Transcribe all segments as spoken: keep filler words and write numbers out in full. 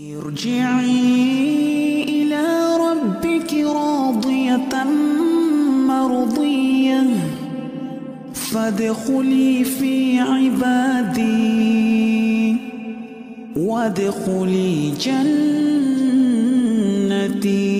ارجعي إلى ربك راضية مرضية فادخلي في عبادي وادخلي جنتي.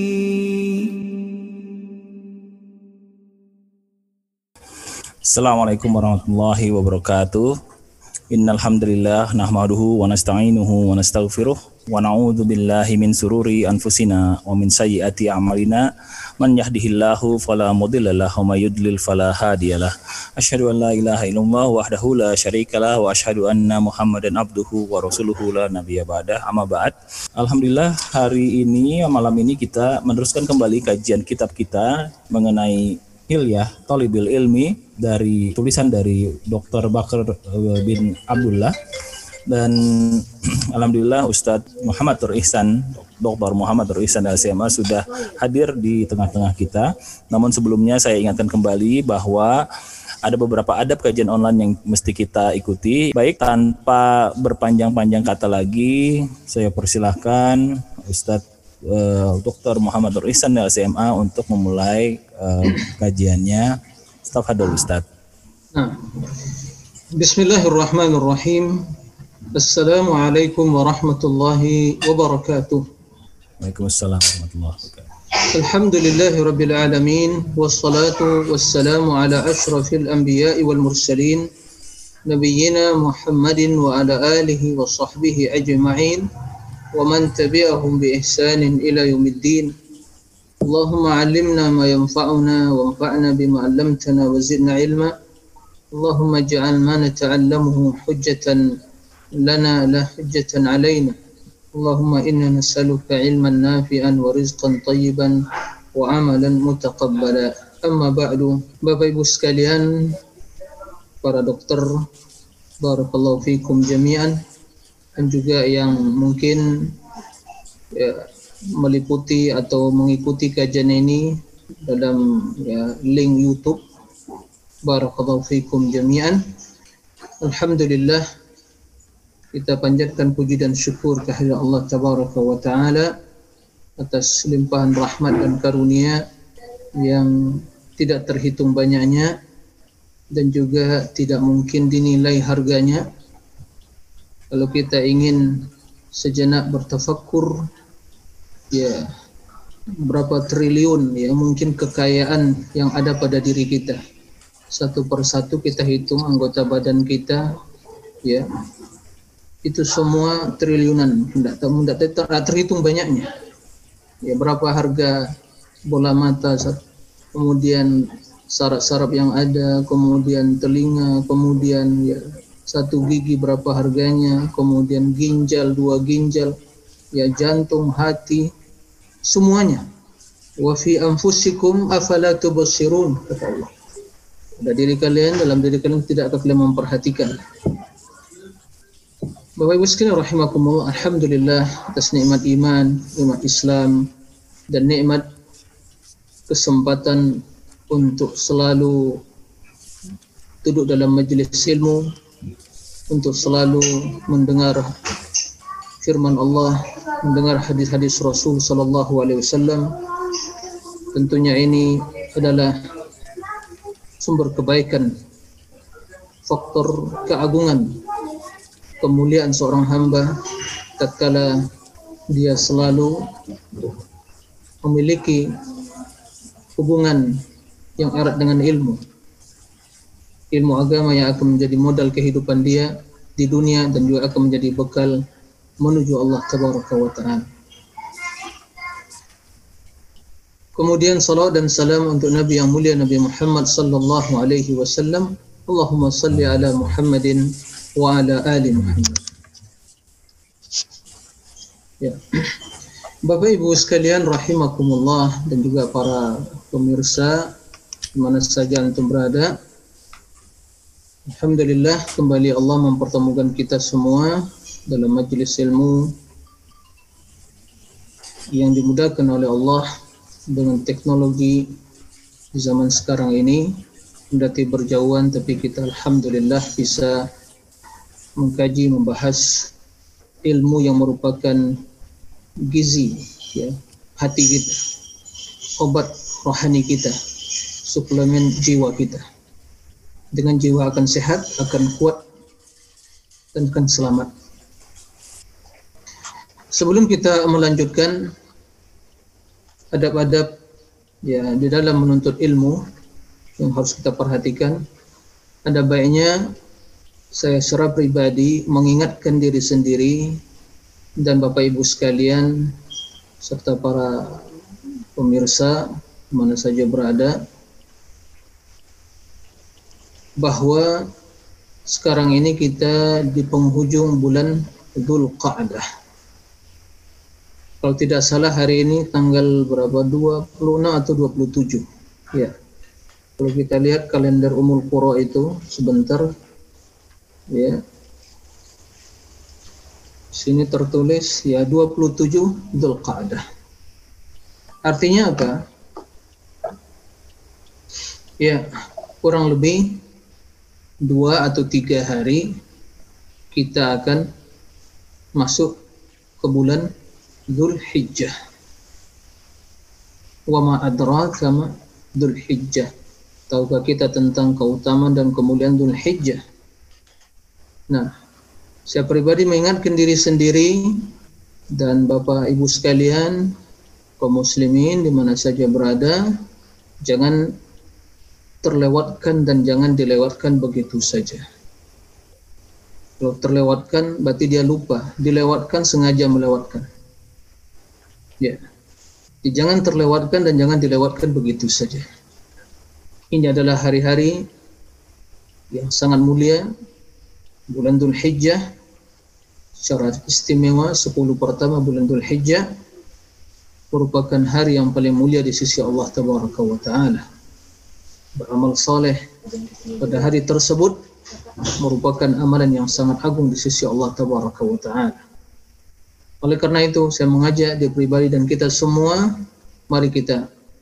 Assalamualaikum warahmatullahi wabarakatuh. Innal hamdalillah nahmaduhu wa nasta'inuhu wa nastaghfiruh wa na'udzu billahi min sururi anfusina wa min sayyiati a'malina. Man yahdihillahu fala mudhillalah wa may yudlil fala hadiyalah. Asyhadu an la ilaha illallah wahdahu la syarikalah wa asyhadu anna Muhammadan abduhu wa rasuluhu la nabiyya ba'dah. Amma ba'd. Alhamdulillah, hari ini malam ini kita meneruskan kembali kajian kitab kita mengenai Hilyah Thalibil Ilmi dari tulisan dari Doktor Bakar bin Abdullah, dan alhamdulillah Ustadz Muhammad Nur Ihsan, Doktor Muhammad Nur Ihsan L C M A sudah hadir di tengah-tengah kita. Namun sebelumnya saya ingatkan kembali bahwa ada beberapa adab kajian online yang mesti kita ikuti. Baik, tanpa berpanjang-panjang kata lagi, saya persilahkan Ustadz Uh, Doktor Muhammad Nur Ihsan L C M A untuk memulai uh, kajiannya. Tafadhol Ustaz. Nah. Bismillahirrahmanirrahim. Assalamualaikum warahmatullahi wabarakatuh. Waalaikumsalam warahmatullahi wabarakatuh. Alhamdulillahirabbil alamin wassalatu wassalamu ala asyrafil anbiya'i wal mursalin nabiyyina Muhammadin wa ala alihi wa sahbihi ajma'in wa man tabi'ahum bi ihsanin ila yaumiddin. Allahumma 'allimna ma yanfa'una wanfa'na bima 'allamtana wa zidna 'ilma. Allahumma ij'al ma nata'allamuhu hujjatan lana la hujjatan 'alaina. Allahumma inna nas'aluka 'ilman nafi'an wa rizqan thayyiban wa 'amalan mutaqabbala. Amma ba'du. Bapak Ibu sekalian, para dokter, barakallahu fikum jami'an, dan juga yang mungkin ya, meliputi atau mengikuti kajian ini dalam ya, link YouTube. Barakallahu fikum jami'an. Alhamdulillah, kita panjatkan puji dan syukur kehadirat Allah Tabaraka wa Ta'ala atas limpahan rahmat dan karunia yang tidak terhitung banyaknya dan juga tidak mungkin dinilai harganya. Kalau kita ingin sejenak bertafakkur, ya berapa triliun ya mungkin kekayaan yang ada pada diri kita. Satu persatu kita hitung anggota badan kita, ya itu semua triliunan, tidak tidak tidak terhitung banyaknya. Ya berapa harga bola mata, kemudian saraf-saraf yang ada, kemudian telinga, kemudian ya satu gigi berapa harganya, kemudian ginjal, dua ginjal, ya jantung, hati, semuanya. Wa fi anfusikum afala tubsirun, kata Allah. Pada diri kalian, dalam diri kalian tidak akan kalian memperhatikan. Bapak Ibu sekalian rahimakumullah, alhamdulillah atas nikmat iman, nikmat Islam, dan nikmat kesempatan untuk selalu duduk dalam majelis ilmu, untuk selalu mendengar firman Allah, mendengar hadis-hadis Rasul sallallahu alaihi wasallam. Tentunya ini adalah sumber kebaikan, faktor keagungan, kemuliaan seorang hamba tatkala dia selalu memiliki hubungan yang erat dengan ilmu. Ilmu agama yang akan menjadi modal kehidupan dia di dunia dan juga akan menjadi bekal menuju Allah Tabaraka wa Ta'ala. Kemudian salawat dan salam untuk Nabi yang mulia Nabi Muhammad sallallahu alaihi wasallam. Allahumma salli ala Muhammadin wa ala ali Muhammad. Ya. Bapak Ibu sekalian rahimakumullah, dan juga para pemirsa di mana saja antum berada. Alhamdulillah, kembali Allah mempertemukan kita semua dalam majelis ilmu yang dimudahkan oleh Allah dengan teknologi di zaman sekarang ini. Kendati berjauhan, tapi kita alhamdulillah bisa mengkaji, membahas ilmu yang merupakan gizi, ya, hati kita, obat rohani kita, suplemen jiwa kita. Dengan jiwa akan sehat, akan kuat, dan akan selamat. Sebelum kita melanjutkan adab-adab ya di dalam menuntut ilmu yang harus kita perhatikan, ada baiknya saya secara pribadi mengingatkan diri sendiri dan Bapak Ibu sekalian serta para pemirsa mana saja berada, bahwa sekarang ini kita di penghujung bulan Dzulqa'dah. Kalau tidak salah hari ini tanggal berapa? dua puluh enam atau dua puluh tujuh. Ya. Kalau kita lihat kalender Ummul Qura itu sebentar, ya. Sini tertulis ya dua puluh tujuh Dzulqa'dah. Artinya apa? Ya, kurang lebih dua atau tiga hari kita akan masuk ke bulan Dzulhijjah. Wa ma adraka ma Dzulhijjah. Tahukah kita tentang keutamaan dan kemuliaan Dzulhijjah? Nah, saya pribadi mengingatkan diri sendiri dan Bapak Ibu sekalian, kaum muslimin di mana saja berada, jangan terlewatkan dan jangan dilewatkan begitu saja. Kalau terlewatkan berarti dia lupa, dilewatkan sengaja melewatkan. Ya, jangan terlewatkan dan jangan dilewatkan begitu saja. Ini adalah hari-hari yang sangat mulia, bulan Dzulhijjah, secara istimewa sepuluh pertama bulan Dzulhijjah merupakan hari yang paling mulia di sisi Allah Tabaraka wa Ta'ala. Beramal saleh pada hari tersebut merupakan amalan yang sangat agung di sisi Allah Tabaraka wa Ta'ala. Oleh karena itu saya mengajak diri pribadi dan kita semua, mari kita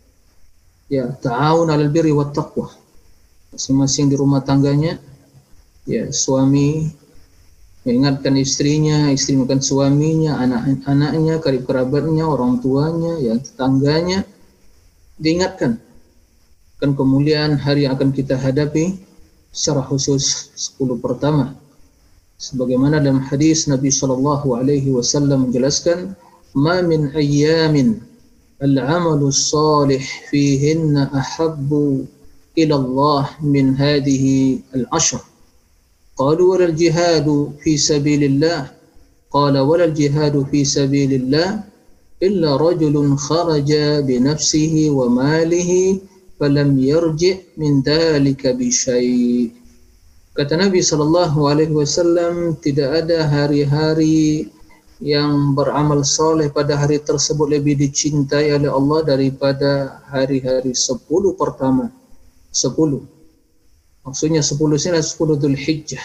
ya ta'awun 'alal birri wat taqwa. Masing-masing di rumah tangganya, ya suami mengingatkan istrinya, istri mengingatkan suaminya, anak-anaknya, karib kerabatnya, orang tuanya, ya tetangganya, diingatkan kan kemuliaan hari yang akan kita hadapi secara khusus sepuluh pertama. Sebagaimana dalam hadis Nabi sallallahu alaihi wasallam menjelaskan, "Ma min ayyamin al-'amalu salih fihinna ahabbu ila Allah min hadhihi al-ashr." Qalu wala al-jihadu fi sabilillah. Qala wala al-jihadu fi sabilillah illa rajulun kharaja bi nafsihi wa malihi falam yarji' min dhalika bi syai'. Kata Nabi sallallahu alaihi wasallam, tidak ada hari-hari yang beramal soleh pada hari tersebut lebih dicintai oleh Allah daripada hari-hari sepuluh pertama. Sepuluh. Maksudnya sepuluh sini adalah sepuluh Dzulhijjah.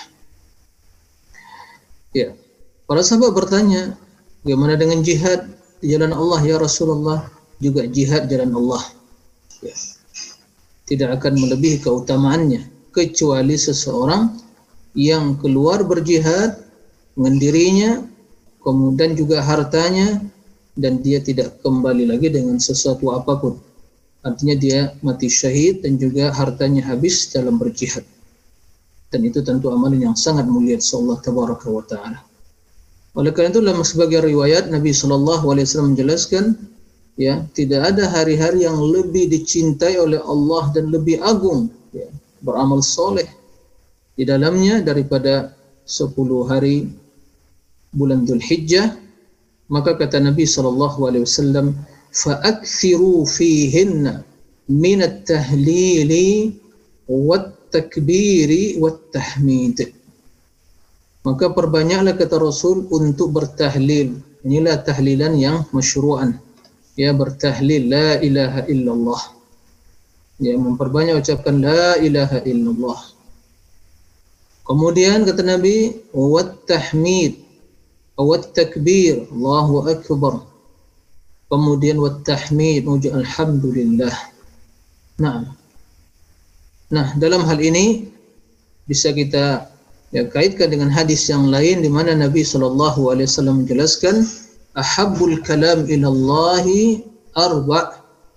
Ya. Para sahabat bertanya, bagaimana dengan jihad di jalan Allah ya Rasulullah? Juga jihad jalan Allah. Ya. Tidak akan melebihi keutamaannya kecuali seseorang yang keluar berjihad dengan dirinya, kemudian juga hartanya, dan dia tidak kembali lagi dengan sesuatu apapun. Artinya dia mati syahid dan juga hartanya habis dalam berjihad. Dan itu tentu amalan yang sangat mulia di Allah Tabaraka wa Ta'ala. Oleh karena itu dalam sebagai riwayat Nabi Shallallahu Alaihi Wasallam menjelaskan, ya tidak ada hari-hari yang lebih dicintai oleh Allah dan lebih agung, ya, beramal soleh di dalamnya daripada sepuluh hari bulan Dzulhijjah. Maka kata Nabi sallallahu alaihi wasallam, fa'akthiru fihinna min at-tahlili wat-takbiri wat-tahmid. Maka perbanyaklah kata Rasul untuk bertahlil. Inilah tahlilan yang masyru'an, ya, bertahlil la ilaha illallah, ya, memperbanyak ucapkan la ilaha illallah. Kemudian kata Nabi, wat tahmid, wat takbir, Allahu akbar. Kemudian wat tahmid, muji alhamdulillah. Nah, nah dalam hal ini bisa kita Ya, kaitkan dengan hadis yang lain di mana Nabi sallallahu alaihi wasallam menjelaskan ahabbul kalam ilallahi arba'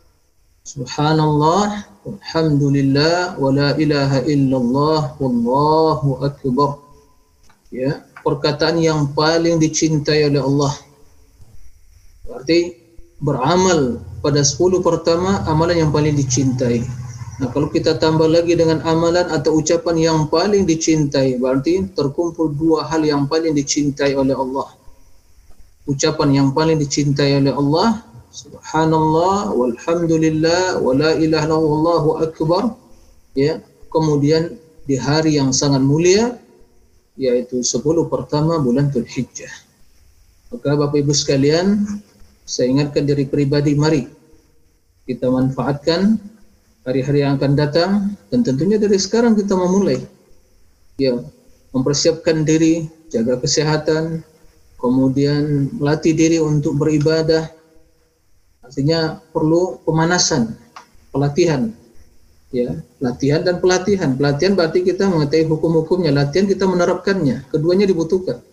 subhanallah walhamdulillah wa la ilaha illallah wallahu akbar. Ya, perkataan yang paling dicintai oleh Allah. Berarti beramal pada sepuluh pertama amalan yang paling dicintai. Nah, kalau kita tambah lagi dengan amalan atau ucapan yang paling dicintai, berarti terkumpul dua hal yang paling dicintai oleh Allah. Ucapan yang paling dicintai oleh Allah, subhanallah, walhamdulillah, wa la ilaha illallah, wallahu akbar. Ya, kemudian di hari yang sangat mulia, yaitu sepuluh pertama bulan Dzulhijjah. Maka Bapak Ibu sekalian, saya ingatkan diri pribadi, mari kita manfaatkan hari-hari yang akan datang, dan tentunya dari sekarang kita memulai ya mempersiapkan diri, jaga kesehatan, kemudian melatih diri untuk beribadah. Artinya perlu pemanasan, pelatihan, ya, latihan dan pelatihan. Pelatihan berarti kita mengetahui hukum-hukumnya, latihan kita menerapkannya. Keduanya dibutuhkan.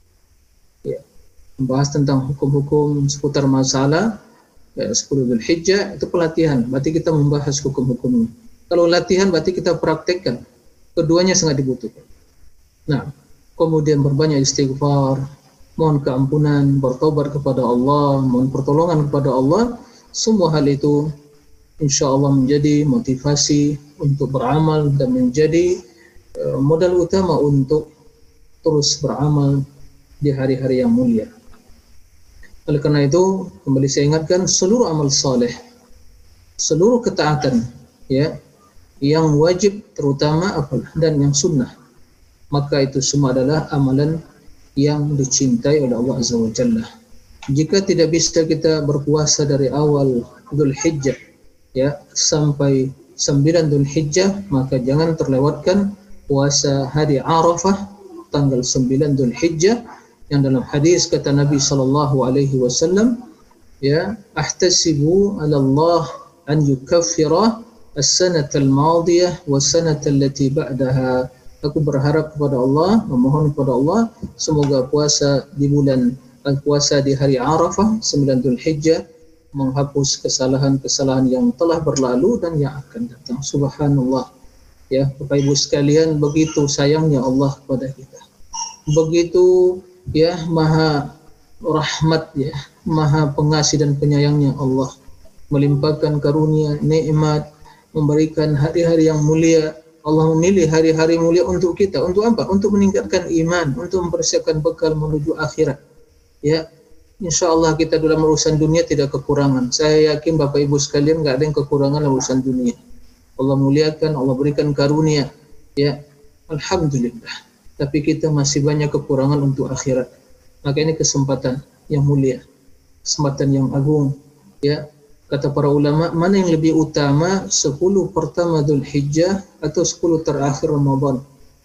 Ya, membahas tentang hukum-hukum seputar masalah ya, sepuluh Dzulhijjah itu pelatihan, berarti kita membahas hukum-hukumnya. Kalau latihan berarti kita praktekkan. Keduanya sangat dibutuhkan. Nah, kemudian berbanyak istighfar, mohon keampunan, bertobat kepada Allah, mohon pertolongan kepada Allah. Semua hal itu insya Allah menjadi motivasi untuk beramal dan menjadi uh, modal utama untuk terus beramal di hari-hari yang mulia. Oleh karena itu, kembali saya ingatkan, seluruh amal saleh, seluruh ketaatan, ya, yang wajib terutama apa dan yang sunnah, maka itu semua adalah amalan yang dicintai oleh Allah Azza wa Jalla. Jika tidak bisa kita berpuasa dari awal Dzulhijjah ya sampai sembilan Dzulhijjah, maka jangan terlewatkan puasa hari Arafah tanggal sembilan Dzulhijjah, yang dalam hadis kata Nabi sallallahu alaihi wasallam, ya, ahtasibu 'ala Allah an yukaffira as-sanata al-madiyah was-sanata allati ba'daha. Aku berharap kepada Allah, memohon kepada Allah semoga puasa di bulan puasa di hari Arafah sembilan Dzulhijjah menghapus kesalahan-kesalahan yang telah berlalu dan yang akan datang. Subhanallah. Ya, Bapak Ibu sekalian, begitu sayangnya Allah kepada kita. Begitu ya maha rahmat, ya maha pengasih dan penyayangnya Allah, melimpahkan karunia, nikmat, memberikan hari-hari yang mulia. Allah memilih hari-hari mulia untuk kita. Untuk apa? Untuk meningkatkan iman, untuk mempersiapkan bekal menuju akhirat. Ya, insya Allah kita dalam urusan dunia tidak kekurangan. Saya yakin Bapak Ibu sekalian nggak ada yang kekurangan dalam urusan dunia. Allah muliakan, Allah berikan karunia. Ya, alhamdulillah. Tapi kita masih banyak kekurangan untuk akhirat. Maka ini kesempatan yang mulia, kesempatan yang agung. Ya, kata para ulama, mana yang lebih utama, sepuluh pertama Dzulhijjah atau sepuluh terakhir Ramadan?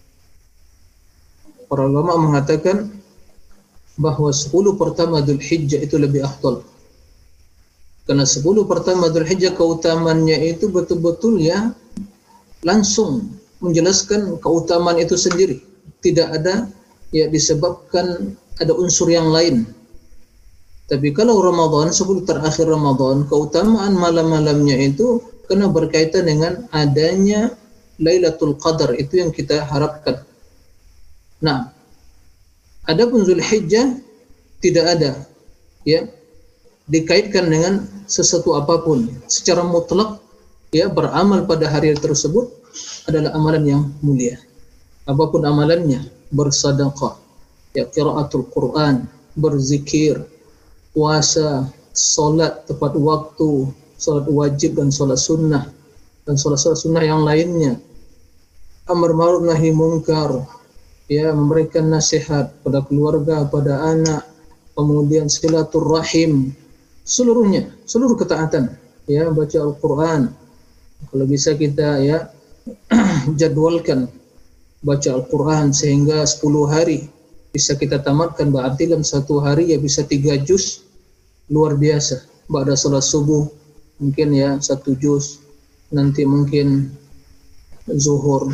Para ulama mengatakan bahwa sepuluh pertama Dzulhijjah itu lebih afdal. Karena sepuluh pertama Dzulhijjah keutamaannya itu betul-betul ya langsung menjelaskan keutamaan itu sendiri. Tidak ada ya disebabkan ada unsur yang lain. Tapi kalau Ramadan, sepuluh terakhir Ramadan, keutamaan malam-malamnya itu kena berkaitan dengan adanya Lailatul Qadar, itu yang kita harapkan. Nah, adapun Dzulhijjah tidak ada ya dikaitkan dengan sesuatu apapun. Secara mutlak ya beramal pada hari tersebut adalah amalan yang mulia. Apapun amalannya, bersedekah, ya qiraatul Quran, berzikir, puasa, salat tepat waktu, salat wajib dan salat sunnah, dan salat-salat sunnah yang lainnya, amar ma'ruf nahi munkar, ya memberikan nasihat pada keluarga, pada anak, kemudian silaturrahim, seluruhnya, seluruh ketaatan, ya baca Al-Quran. Kalau bisa kita ya jadwalkan baca Al-Quran sehingga sepuluh hari bisa kita tamatkan, berarti dalam satu hari ya bisa tiga juz, luar biasa. Ba'da salat subuh mungkin ya satu juz, nanti mungkin zuhur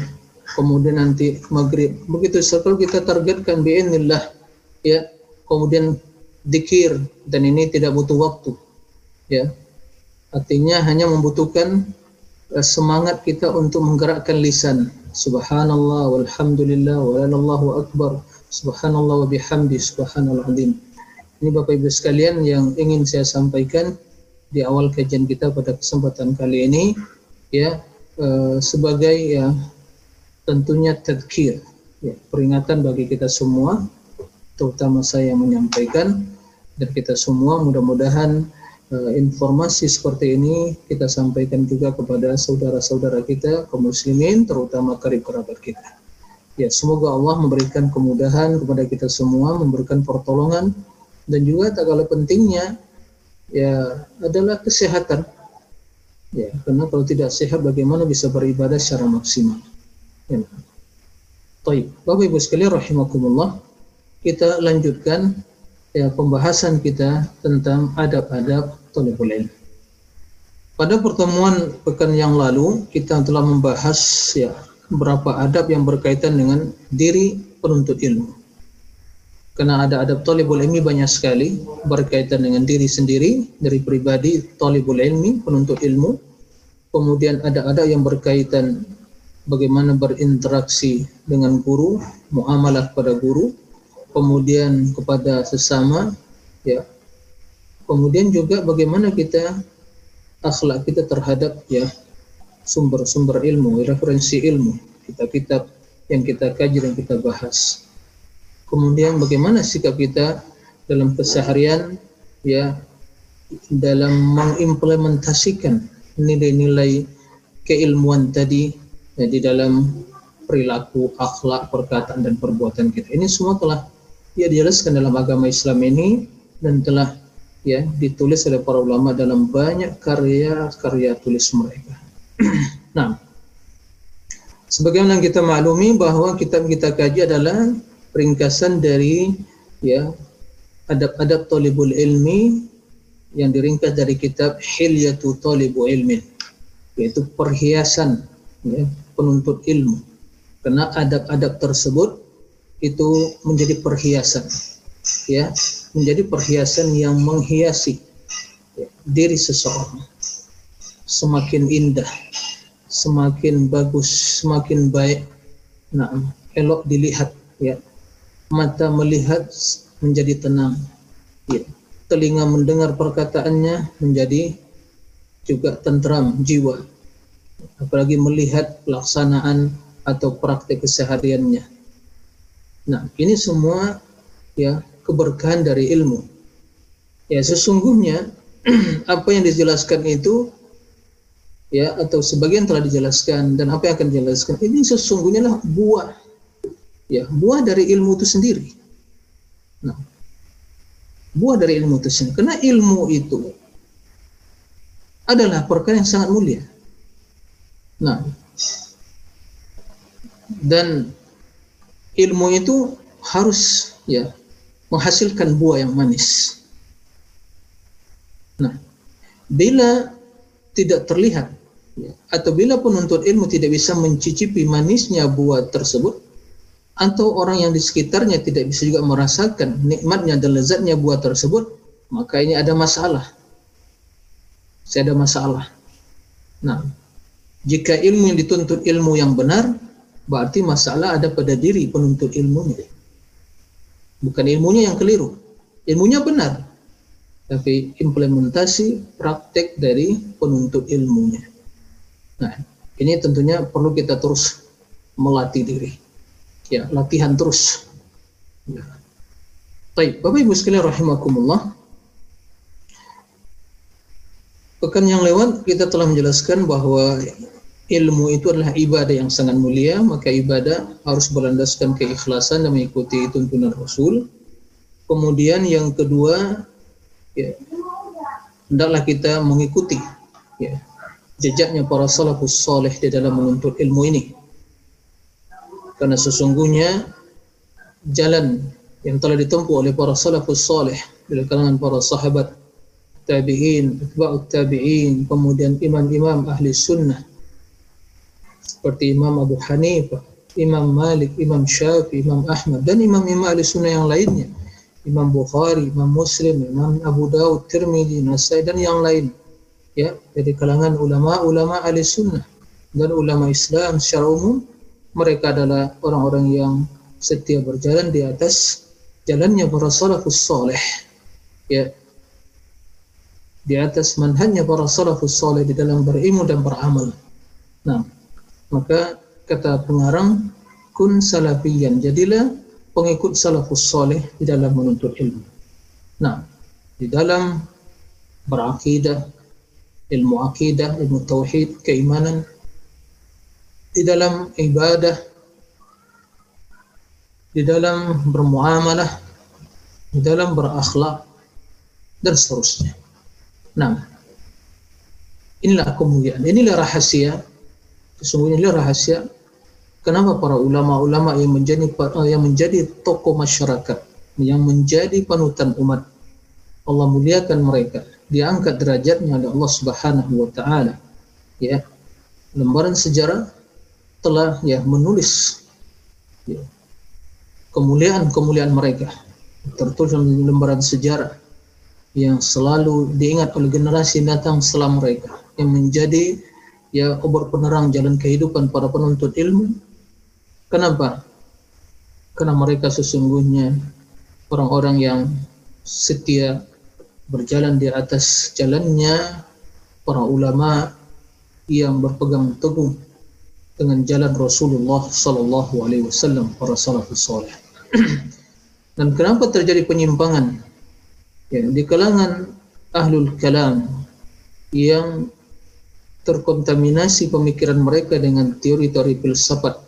kemudian nanti maghrib. Begitu kalau kita targetkan bi'inillah, ya, kemudian dzikir, dan ini tidak butuh waktu, ya. Artinya hanya membutuhkan uh, semangat kita untuk menggerakkan lisan. Subhanallah walhamdulillah walallahu akbar, subhanallah wa bihamdi, subhanallah azim. Ini Bapak Ibu sekalian yang ingin saya sampaikan di awal kajian kita pada kesempatan kali ini, ya, uh, sebagai ya tentunya tadzkir, ya, peringatan bagi kita semua, terutama saya yang menyampaikan, dan kita semua mudah-mudahan uh, informasi seperti ini kita sampaikan juga kepada saudara-saudara kita kaum muslimin, terutama karib kerabat kita. Ya, semoga Allah memberikan kemudahan kepada kita semua, memberikan pertolongan, dan juga tak kalah pentingnya ya adalah kesehatan. Ya, karena kalau tidak sehat bagaimana bisa beribadah secara maksimal. Ya. Baik, Bapak Ibu sekalian rahimakumullah, kita lanjutkan ya pembahasan kita tentang adab-adab thalibul ilm. Pada pertemuan pekan yang lalu kita telah membahas ya beberapa adab yang berkaitan dengan diri penuntut ilmu. Karena ada adab thalibul ilmi banyak sekali berkaitan dengan diri sendiri dari pribadi thalibul ilmi, penuntut ilmu. Kemudian ada adab yang berkaitan bagaimana berinteraksi dengan guru, muamalah pada guru, kemudian kepada sesama, ya. Kemudian juga bagaimana kita akhlak kita terhadap ya sumber-sumber ilmu, referensi ilmu, kitab-kitab yang kita kaji dan kita bahas. Kemudian bagaimana sikap kita dalam keseharian ya dalam mengimplementasikan nilai-nilai keilmuan tadi ya, di dalam perilaku, akhlak, perkataan dan perbuatan kita. Ini semua telah ya dijelaskan dalam agama Islam ini dan telah ya ditulis oleh para ulama dalam banyak karya-karya tulis mereka. Nah, sebagaimana kita maklumi bahwa kitab kita kaji adalah ringkasan dari ya adab-adab thalibul ilmi yang diringkas dari kitab Hilyatu Thalibu Ilmin, yaitu perhiasan ya, penuntut ilmu. Karena adab-adab tersebut itu menjadi perhiasan, ya, menjadi perhiasan yang menghiasi ya, diri seseorang. Semakin indah, semakin bagus, semakin baik, nah, elok dilihat, ya. Mata melihat menjadi tenang, ya. Telinga mendengar perkataannya menjadi juga tentram jiwa, apalagi melihat pelaksanaan atau praktek kesehariannya. Nah, ini semua ya keberkahan dari ilmu. Ya, sesungguhnya apa yang dijelaskan itu ya atau sebagian telah dijelaskan dan apa yang akan dijelaskan ini sesungguhnya lah buah ya buah dari ilmu itu sendiri. Nah, buah dari ilmu itu sendiri. Karena ilmu itu adalah perkara yang sangat mulia. Nah, dan ilmu itu harus ya menghasilkan buah yang manis. Nah, bila tidak terlihat ya, atau bila penuntut ilmu tidak bisa mencicipi manisnya buah tersebut, atau orang yang di sekitarnya tidak bisa juga merasakan nikmatnya dan lezatnya buah tersebut, maka ini ada masalah. Saya ada masalah. Nah, jika ilmu yang dituntut ilmu yang benar, berarti masalah ada pada diri penuntut ilmunya. Bukan ilmunya yang keliru. Ilmunya benar, tapi implementasi praktek dari penuntut ilmunya. Nah, ini tentunya perlu kita terus melatih diri. Ya, latihan terus. Ya. Baik, Bapak Ibu sekalian rahimakumullah. Pekan yang lewat kita telah menjelaskan bahwa ilmu itu adalah ibadah yang sangat mulia, maka ibadah harus berlandaskan keikhlasan dan mengikuti tuntunan Rasul. Kemudian yang kedua, ya, hendaklah kita mengikuti ya, jejaknya para salafus saleh di dalam menuntut ilmu ini. Karena sesungguhnya jalan yang telah ditempuh oleh para salafus saleh dari kalangan para sahabat, tabi'in, atba'ut tabi'in, kemudian imam-imam ahli sunnah seperti Imam Abu Hanifah, Imam Malik, Imam Syafi'i, Imam Ahmad, dan imam-imam ahli sunnah yang lainnya, Imam Bukhari, Imam Muslim, Imam Abu Dawud, Tirmidzi, Nasai, dan yang lain, ya, dari kalangan ulama-ulama ahli sunnah dan ulama Islam secara umum. Mereka adalah orang-orang yang setia berjalan di atas jalannya para salafus saleh, ya, di atas manhajnya para salafus saleh di dalam berilmu dan beramal. Nah, maka kata pengarang, kun salafiyan, jadilah pengikut salafus saleh di dalam menuntut ilmu. Nah, di dalam berakidah, ilmu akidah, ilmu tauhid, keimanan, di dalam ibadah, di dalam bermuamalah, di dalam berakhlak, dan seterusnya. Nah, inilah kemuliaan, inilah rahasia, sesungguhnya inilah rahasia kenapa para ulama-ulama yang menjadi yang menjadi tokoh masyarakat, yang menjadi panutan umat, Allah muliakan mereka, diangkat derajatnya oleh Allah Subhanahu wa taala. Ya, lembaran sejarah telah ya menulis ya, kemuliaan-kemuliaan mereka, tertulis dalam lembaran sejarah yang selalu diingat oleh generasi datang setelah mereka, yang menjadi ya obor penerang jalan kehidupan para penuntut ilmu. Kenapa? Karena mereka sesungguhnya orang-orang yang setia berjalan di atas jalannya para ulama yang berpegang teguh dengan jalan Rasulullah Sallallahu Alaihi Wasallam, para salafus saleh. Dan kenapa terjadi penyimpangan ya, di kalangan ahlul kalam yang terkontaminasi pemikiran mereka dengan teori-teori filsafat,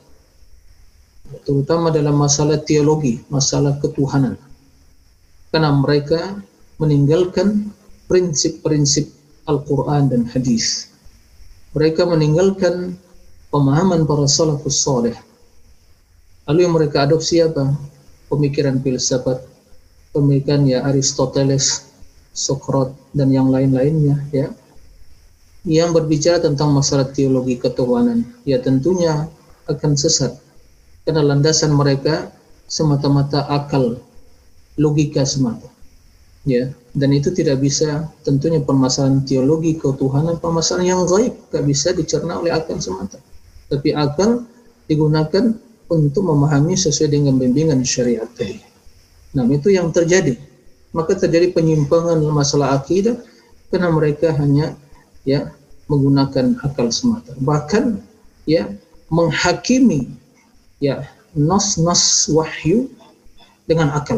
terutama dalam masalah teologi, masalah ketuhanan, karena mereka meninggalkan prinsip-prinsip Al-Quran dan hadis. Mereka meninggalkan pemahaman para salafus saleh. Lalu yang mereka adopsi apa? Pemikiran filsafat, pemikiran ya Aristoteles, Sokrat, dan yang lain-lainnya, ya, yang berbicara tentang masalah teologi ketuhanan. Ya tentunya akan sesat, karena landasan mereka semata-mata akal, logika semata. Ya, dan itu tidak bisa, tentunya permasalahan teologi ketuhanan, permasalahan yang gaib, tidak bisa dicerna oleh akal semata. Tapi akal digunakan untuk memahami sesuai dengan bimbingan syariat tadi. Nah, itu yang terjadi. Maka terjadi penyimpangan masalah akidah karena mereka hanya ya menggunakan akal semata. Bahkan ya menghakimi ya nas-nas wahyu dengan akal.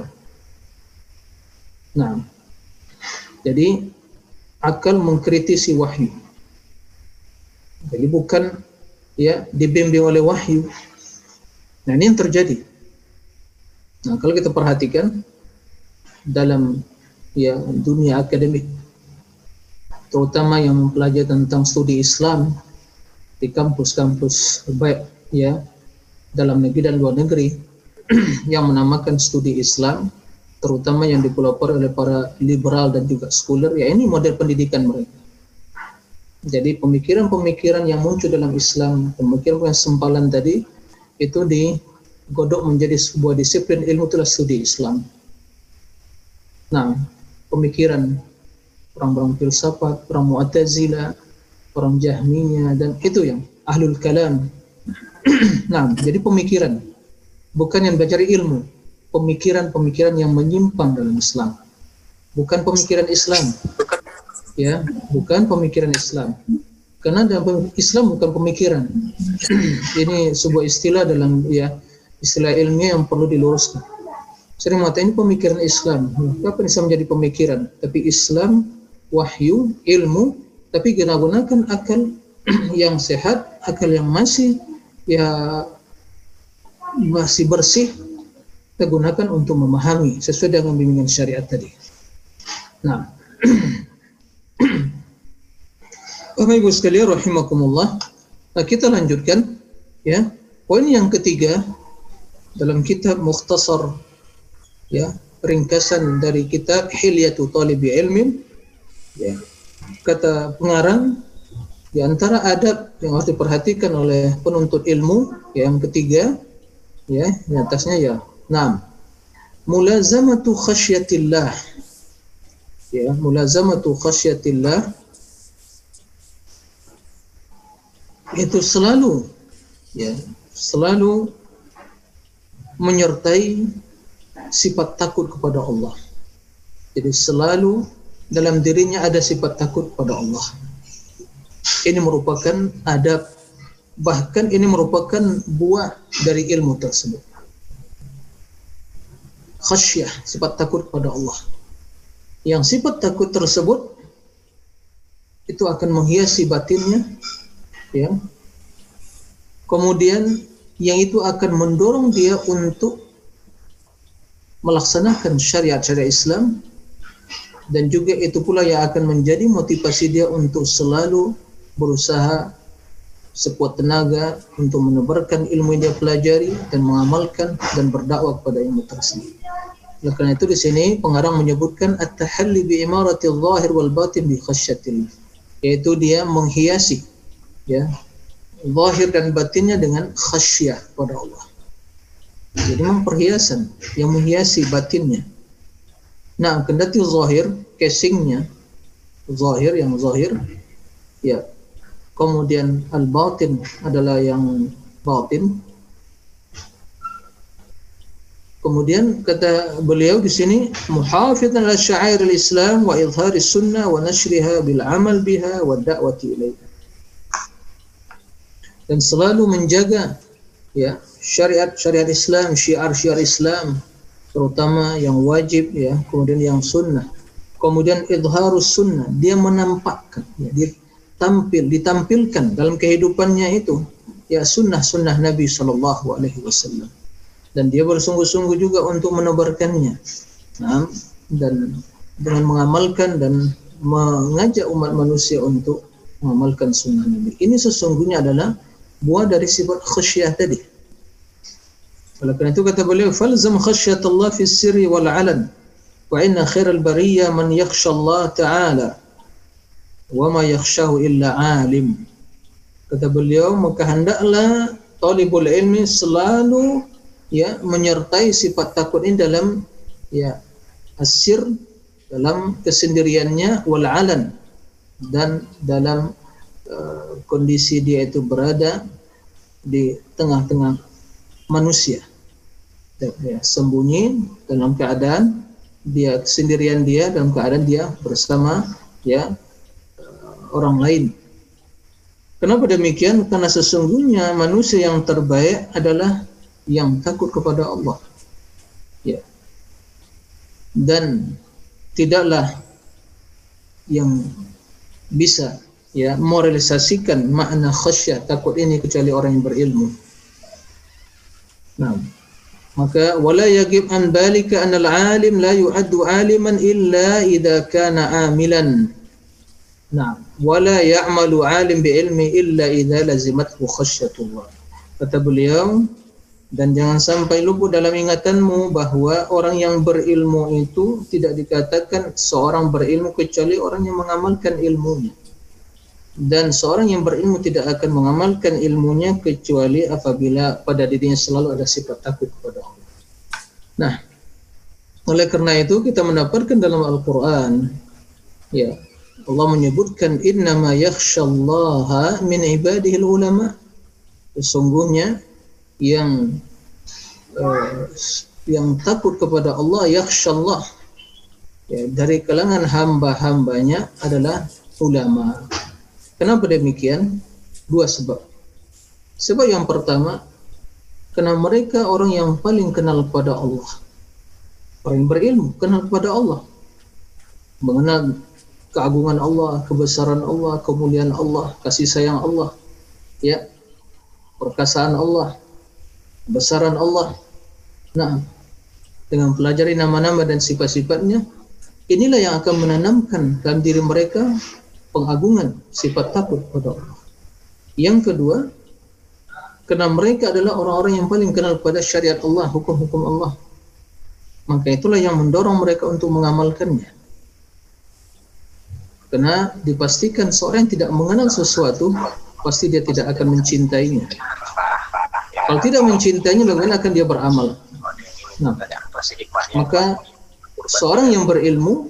Nah, jadi akal mengkritisi wahyu. Jadi bukan ya dibimbing oleh wahyu. Nah, ini yang terjadi. Nah, kalau kita perhatikan dalam ya dunia akademik, terutama yang mempelajari tentang studi Islam di kampus-kampus baik ya dalam negeri dan luar negeri yang menamakan studi Islam, terutama yang dipelopori oleh para liberal dan juga sekuler, ya ini model pendidikan mereka. Jadi pemikiran-pemikiran yang muncul dalam Islam, pemikiran yang sempalan tadi, itu digodok menjadi sebuah disiplin ilmu, itulah studi Islam. Nah, pemikiran orang-orang filsafat, orang Mu'tazilah, orang Jahmiyah, dan itu yang ahlul kalam. Nah, jadi pemikiran, bukan yang belajar ilmu, pemikiran-pemikiran yang menyimpang dalam Islam, bukan pemikiran Islam. Ya, bukan pemikiran Islam. Karena dalam Islam bukan pemikiran. Ini sebuah istilah dalam ya istilah ilmiah yang perlu diluruskan. Sering mengatakan ini pemikiran Islam. Kapan Islam menjadi pemikiran? Tapi Islam wahyu, ilmu, tapi kita gunakan akal yang sehat, akal yang masih ya masih bersih, kita gunakan untuk memahami sesuai dengan bimbingan syariat tadi. Nah, Bapak Ibu sekalian rahimakumullah. Nah, kita lanjutkan ya. Poin yang ketiga dalam kitab Mukhtasar ya, ringkasan dari kitab Hilyatu Talibi Ilmin ya. Kata pengarang, Di antara adab yang harus diperhatikan oleh penuntut ilmu yang ketiga, ya, di atasnya ya, enam. Mulazamatu khasyatillah. Ya, mulazamatu khasyatillah itu selalu, ya, selalu menyertai sifat takut kepada Allah. Jadi selalu dalam dirinya ada sifat takut kepada Allah. Ini merupakan adab, bahkan ini merupakan buah dari ilmu tersebut. Khasyah, sifat takut kepada Allah. Yang sifat takut tersebut itu akan menghiasi batinnya, ya. Kemudian yang itu akan mendorong dia untuk melaksanakan syariat-syariat Islam, dan juga itu pula yang akan menjadi motivasi dia untuk selalu berusaha sekuat tenaga untuk menebarkan ilmu yang dia pelajari dan mengamalkan dan berdakwah kepada ilmu tersebut. Oleh karena itu di sini pengarang menyebutkan at-tahalli bi imarati adh-dhahir wal batin bi khasyatillah, yaitu dia menghiasi, ya, zahir dan batinnya dengan khasyah kepada Allah. Jadi memang perhiasan yang menghiasi batinnya. Nah, kendati zahir, casingnya zahir, yang zahir, ya, kemudian al-batin adalah yang batin. Kemudian kata beliau di sini, muhafizan ala sya'air al-Islam wa izhari sunnah wa nashriha bil amal biha wa da'wati ilaiha. Dan selalu menjaga, ya, syariat-syariat Islam, syiar-syiar Islam, terutama yang wajib, ya, kemudian yang sunnah. Kemudian izharus sunnah, dia menampakkan, ya, dia tampil, ditampilkan dalam kehidupannya itu, ya, sunnah-sunnah Nabi Shallallahu Alaihi Wasallam, dan dia bersungguh-sungguh juga untuk menebarkannya, nah, dan dengan mengamalkan dan mengajak umat manusia untuk mengamalkan sunnah Nabi. Ini sesungguhnya adalah buah dari sifat khasyah tadi. Oleh karena itu kata beliau, falzam khasyatullah fi sirri wal alan, wa inna khairal bariyah man yakhsha Allah Ta'ala wa ma yakhshahu illa alim. Kata beliau, maka hendaklah talibul ilmi selalu, ya, menyertai sifat takut ini dalam, ya, asir, dalam kesendiriannya, wal alan, dan dalam uh, kondisi dia itu berada di tengah-tengah manusia, ya, sembunyi dalam keadaan dia kesendirian, dia dalam keadaan dia bersama, ya, orang lain. Kenapa demikian? Karena sesungguhnya manusia yang terbaik adalah yang takut kepada Allah, ya, dan tidaklah yang bisa, ya, merealisasikan makna khasyah takut ini kecuali orang yang berilmu. Nah, maka wala yagib an balika anal alim la yu'addu aliman illa idza kana amilan. Nah, wala ya'malu alim bi ilmi illa idza lazimathu khasyatullah. Kata beliau, dan jangan sampai luput dalam ingatanmu bahwa orang yang berilmu itu tidak dikatakan seorang berilmu kecuali orang yang mengamalkan ilmunya. Dan seorang yang berilmu tidak akan mengamalkan ilmunya kecuali apabila pada dirinya selalu ada sifat takut kepada Allah. Nah, oleh karena itu kita mendapatkan dalam Al-Quran, ya, Allah menyebutkan innama yakhshallaha min ibadihil ulama. Sesungguhnya yang uh, yang takut kepada Allah, yakhshallah, ya, dari kalangan hamba-hambanya adalah ulama. Kenapa demikian? Dua sebab. Sebab yang pertama, karena mereka orang yang paling kenal kepada Allah. Orang yang berilmu kenal kepada Allah, mengenal keagungan Allah, kebesaran Allah, kemuliaan Allah, kasih sayang Allah, ya, perkasaan Allah, kebesaran Allah. Nah, dengan pelajari nama-nama dan sifat-sifatnya, inilah yang akan menanamkan dalam diri mereka pengagungan, sifat takut kepada Allah. Yang kedua, karena mereka adalah orang-orang yang paling kenal kepada syariat Allah, hukum-hukum Allah, maka itulah yang mendorong mereka untuk mengamalkannya. Karena dipastikan seorang yang tidak mengenal sesuatu pasti dia tidak akan mencintainya. Kalau tidak mencintainya, bagaimana akan dia beramal? Nah, maka seorang yang berilmu,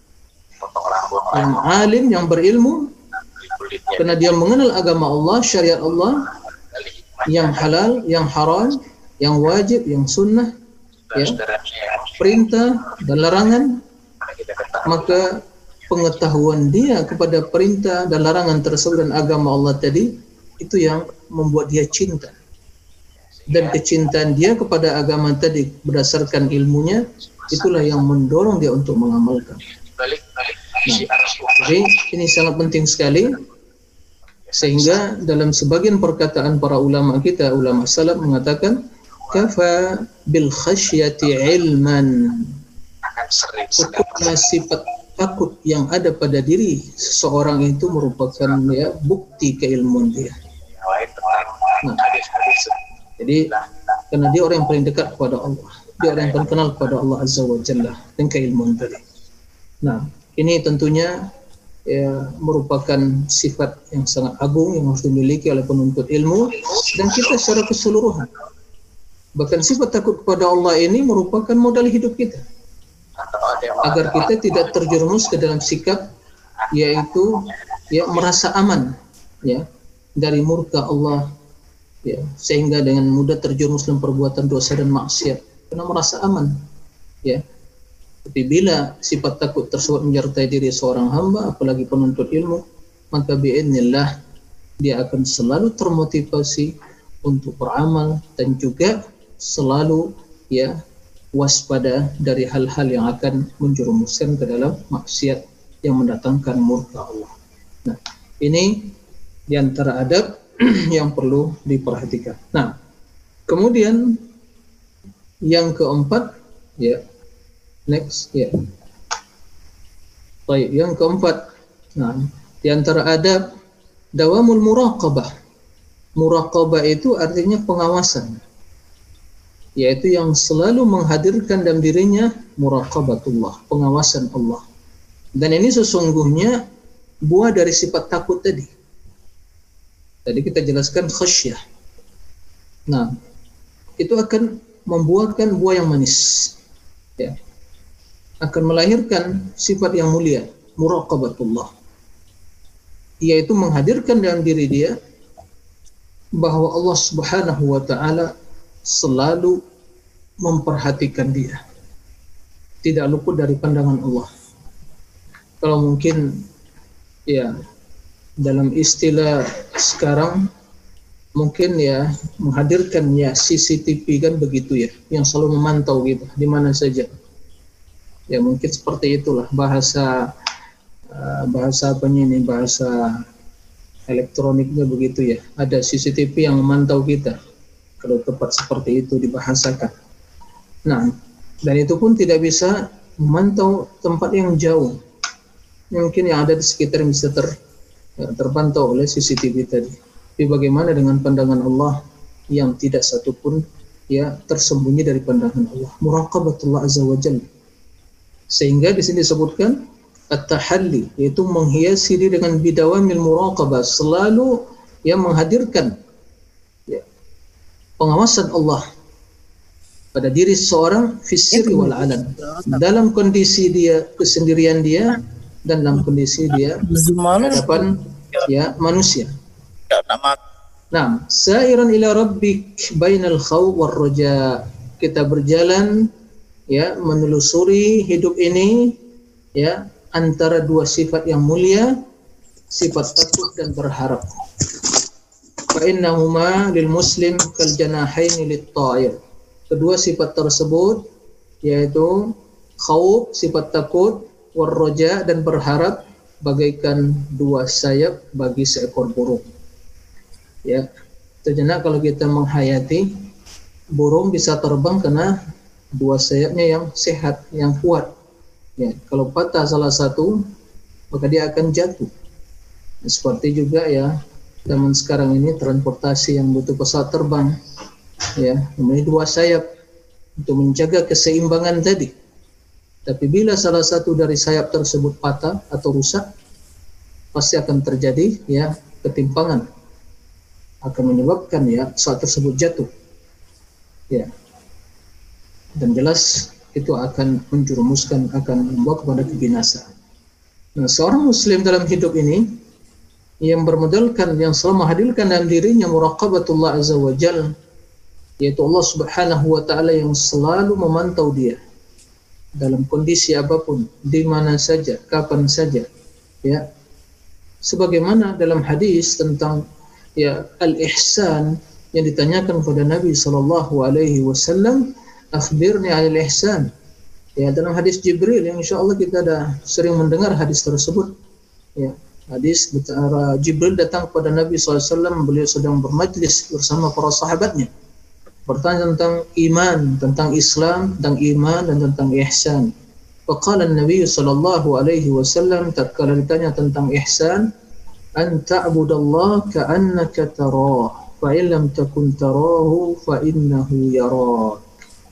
yang alim, yang berilmu, karena dia mengenal agama Allah, syariat Allah, yang halal, yang haram, yang wajib, yang sunnah, ya, perintah dan larangan, maka pengetahuan dia kepada perintah dan larangan tersebut dan agama Allah tadi, itu yang membuat dia cinta. Dan kecintaan dia kepada agama tadi berdasarkan ilmunya, itulah yang mendorong dia untuk mengamalkan. Nah, jadi ini sangat penting sekali, sehingga dalam sebagian perkataan para ulama kita, ulama salaf mengatakan, kafa bil khasyati ilman. Cukuplah sifat takut yang ada pada diri seseorang itu merupakan ya bukti keilmuan dia. Nah, jadi karena dia orang yang paling dekat kepada Allah, dia orang yang paling kenal kepada Allah Azza wa Jalla dan keilmuan tadi. Nah, ini tentunya ya merupakan sifat yang sangat agung yang harus dimiliki oleh penuntut ilmu dan kita secara keseluruhan. Bahkan sifat takut kepada Allah ini merupakan modal hidup kita, agar kita tidak terjerumus ke dalam sikap yaitu ya merasa aman ya dari murka Allah, ya sehingga dengan mudah terjerumus dalam perbuatan dosa dan maksiat karena merasa aman, ya. Tapi bila sifat takut tersebut menyertai diri seorang hamba, apalagi penuntut ilmu, maka biidznillah dia akan selalu termotivasi untuk beramal dan juga selalu ya waspada dari hal-hal yang akan menjerumuskan ke dalam maksiat yang mendatangkan murka Allah. Nah, ini di antara adab yang perlu diperhatikan. Nah, kemudian yang keempat, ya, next, ya. Baik, yang keempat, nah, di antara adab dawamul muraqabah. Muraqabah itu artinya pengawasan, yaitu yang selalu menghadirkan dalam dirinya muraqabatullah, pengawasan Allah. Dan ini sesungguhnya buah dari sifat takut tadi. Tadi kita jelaskan khasyah. Nah, itu akan membuahkan buah yang manis, ya. Akan melahirkan sifat yang mulia, muraqabatullah, yaitu menghadirkan dalam diri dia bahwa Allah Subhanahu wa ta'ala selalu memperhatikan dia, tidak luput dari pandangan Allah. Kalau mungkin ya dalam istilah sekarang mungkin ya menghadirkan ya C C T V kan begitu ya, yang selalu memantau gitu di mana saja. Ya mungkin seperti itulah bahasa uh, bahasa apa ini bahasa elektroniknya begitu ya. Ada C C T V yang memantau kita kalau tepat seperti itu dibahasakan. Nah, dan itu pun tidak bisa memantau tempat yang jauh. Mungkin yang ada di sekitar bisa ter, ya, terpantau oleh C C T V tadi. Tapi bagaimana dengan pandangan Allah yang tidak satupun ya tersembunyi dari pandangan Allah? Muraqabatullah azza wa jalla. Sehingga di sini disebutkan at-tahalli, yaitu menghiasi diri dengan bidawamil muraqabah, selalu yang menghadirkan ya, pengawasan Allah pada diri seorang fisiri wal alam, dalam kondisi dia kesendirian dia dan dalam kondisi dia hadapan ya manusia. Nah, sairan ila rabbik bainal khawf war raja, kita berjalan ya menelusuri hidup ini ya antara dua sifat yang mulia, sifat takut dan berharap. Fa innahuma lil muslim kal janahaini lit ta'ir. Kedua sifat tersebut yaitu khauf, sifat takut, war raja dan berharap, bagaikan dua sayap bagi seekor burung. Ya, sejenak kalau kita menghayati burung bisa terbang karena dua sayapnya yang sehat, yang kuat. Ya, kalau patah salah satu, maka dia akan jatuh. Seperti juga ya, zaman sekarang ini transportasi yang butuh pesawat terbang, ya, memiliki dua sayap untuk menjaga keseimbangan tadi. Tapi bila salah satu dari sayap tersebut patah atau rusak, pasti akan terjadi ya ketimpangan, akan menyebabkan ya saat tersebut jatuh ya, dan jelas itu akan menjerumuskan, akan membawa kepada kebinasaan. Nah, seorang muslim dalam hidup ini yang bermodalkan, yang selalu menghadirkan dalam dirinya muraqabatullah azza wa jalla, yaitu Allah subhanahu wa ta'ala yang selalu memantau dia dalam kondisi apapun, di mana saja, kapan saja ya, sebagaimana dalam hadis tentang ya al-ihsan yang ditanyakan kepada Nabi sallallahu alaihi wasallam, akhbirni 'anil ihsan. Ya, dalam hadis Jibril yang insyaallah kita ada sering mendengar hadis tersebut. Ya, hadis betara Jibril datang kepada Nabi sallallahu alaihi wasallam, beliau sedang bermajlis bersama para sahabatnya, bertanya tentang iman, tentang Islam, tentang iman dan tentang ihsan. Faqala an-nabiy sallallahu alaihi wasallam, tatkala ditanya tentang ihsan, an ta'budallaha ka'annaka tarah, fa in lam takun tarahu fa innahu yarak.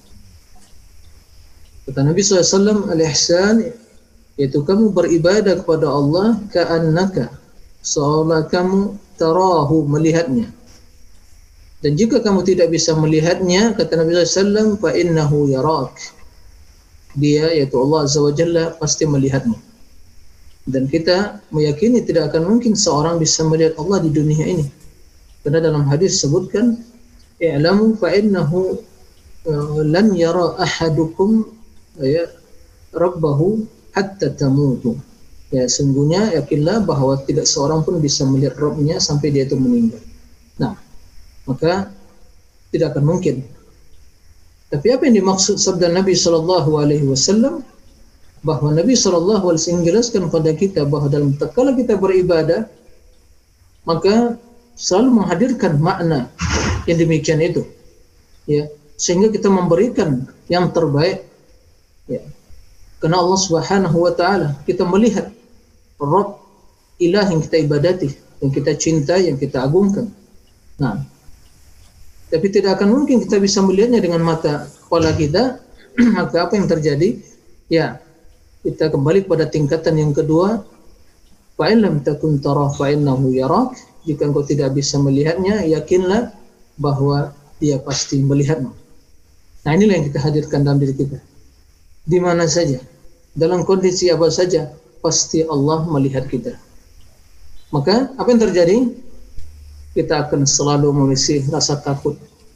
Kata Nabi sallallahu alaihi wasallam, al-ihsan yaitu kamu beribadah kepada Allah ka'annaka, seolah kamu tarahu, melihatnya. Dan jika kamu tidak bisa melihatnya, kata Nabi sallallahu alaihi wasallam, fa innahu yarak, dia yaitu Allah azza wa jalla pasti melihatmu. Dan kita meyakini tidak akan mungkin seorang bisa melihat Allah di dunia ini, karena dalam hadis disebutkan, i'lamu fa innahu uh, lan yara ahadukum ya rabbahu hatta tamutu. Ya, sungguhnya yakinlah bahwa tidak seorang pun bisa melihat Rabbnya sampai dia itu meninggal. Nah, maka tidak akan mungkin. Tapi apa yang dimaksud sabda Nabi sallallahu alaihi wasallam, bahwa Nabi sallallahu alaihi wasallam menjelaskan kepada kita bahwa dalam tatkala kita beribadah, maka selalu menghadirkan makna yang demikian itu, ya, sehingga kita memberikan yang terbaik, ya, karena Allah subhanahu wa ta'ala, kita melihat Rabb, ilah yang kita ibadati, yang kita cintai, yang kita agungkan. Nah, tapi tidak akan mungkin kita bisa melihatnya dengan mata kepala kita. Maka apa yang terjadi? Ya, kita kembali pada tingkatan yang kedua, fa in lam takun tarah fa innahu yarak. Jika engkau tidak bisa melihatnya, yakinlah bahwa dia pasti melihatmu. Nah, inilah yang kita hadirkan dalam diri kita. Di mana saja, dalam kondisi apa saja, pasti Allah melihat kita. Maka apa yang terjadi? Kita akan selalu memiliki rasa takut.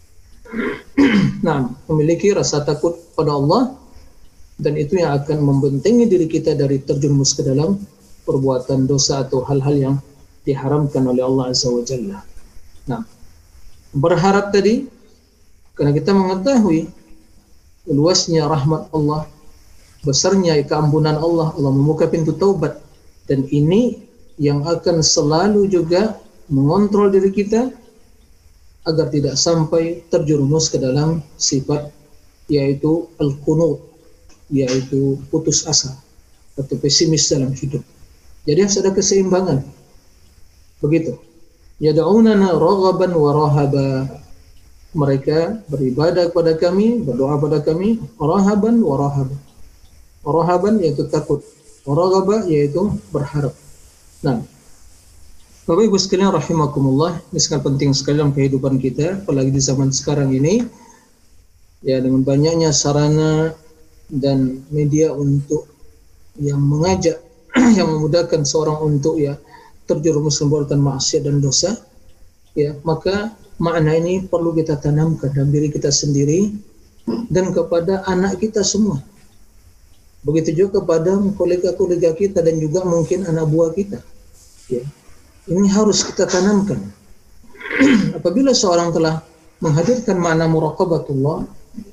Nah, memiliki rasa takut pada Allah, dan itu yang akan membentengi diri kita dari terjerumus ke dalam perbuatan dosa atau hal-hal yang diharamkan oleh Allah azza wa jalla. Nah, berharap tadi karena kita mengetahui luasnya rahmat Allah, besarnya keampunan Allah, Allah membuka pintu taubat, dan ini yang akan selalu juga mengontrol diri kita agar tidak sampai terjerumus ke dalam sifat yaitu al-qunut, yaitu putus asa atau pesimis dalam hidup. Jadi harus ada keseimbangan. Begitu. Yad'unana raghaban wa rahaba. Mereka beribadah kepada kami, berdoa kepada kami, rahaban wa rahaba. Rahaban yaitu takut, raghaba yaitu berharap. Nah, Bapak Ibu sekalian rahimakumullah, ini sangat penting sekali dalam kehidupan kita, apalagi di zaman sekarang ini, ya, dengan banyaknya sarana dan media untuk yang mengajak, yang memudahkan seorang untuk ya terjerumus membuatkan maksiat dan dosa, ya, maka makna ini perlu kita tanamkan dalam diri kita sendiri dan kepada anak kita semua. Begitu juga kepada kolega-kolega kita dan juga mungkin anak buah kita. Ya. Ini harus kita tanamkan. Apabila seorang telah menghadirkan makna muraqabatullah,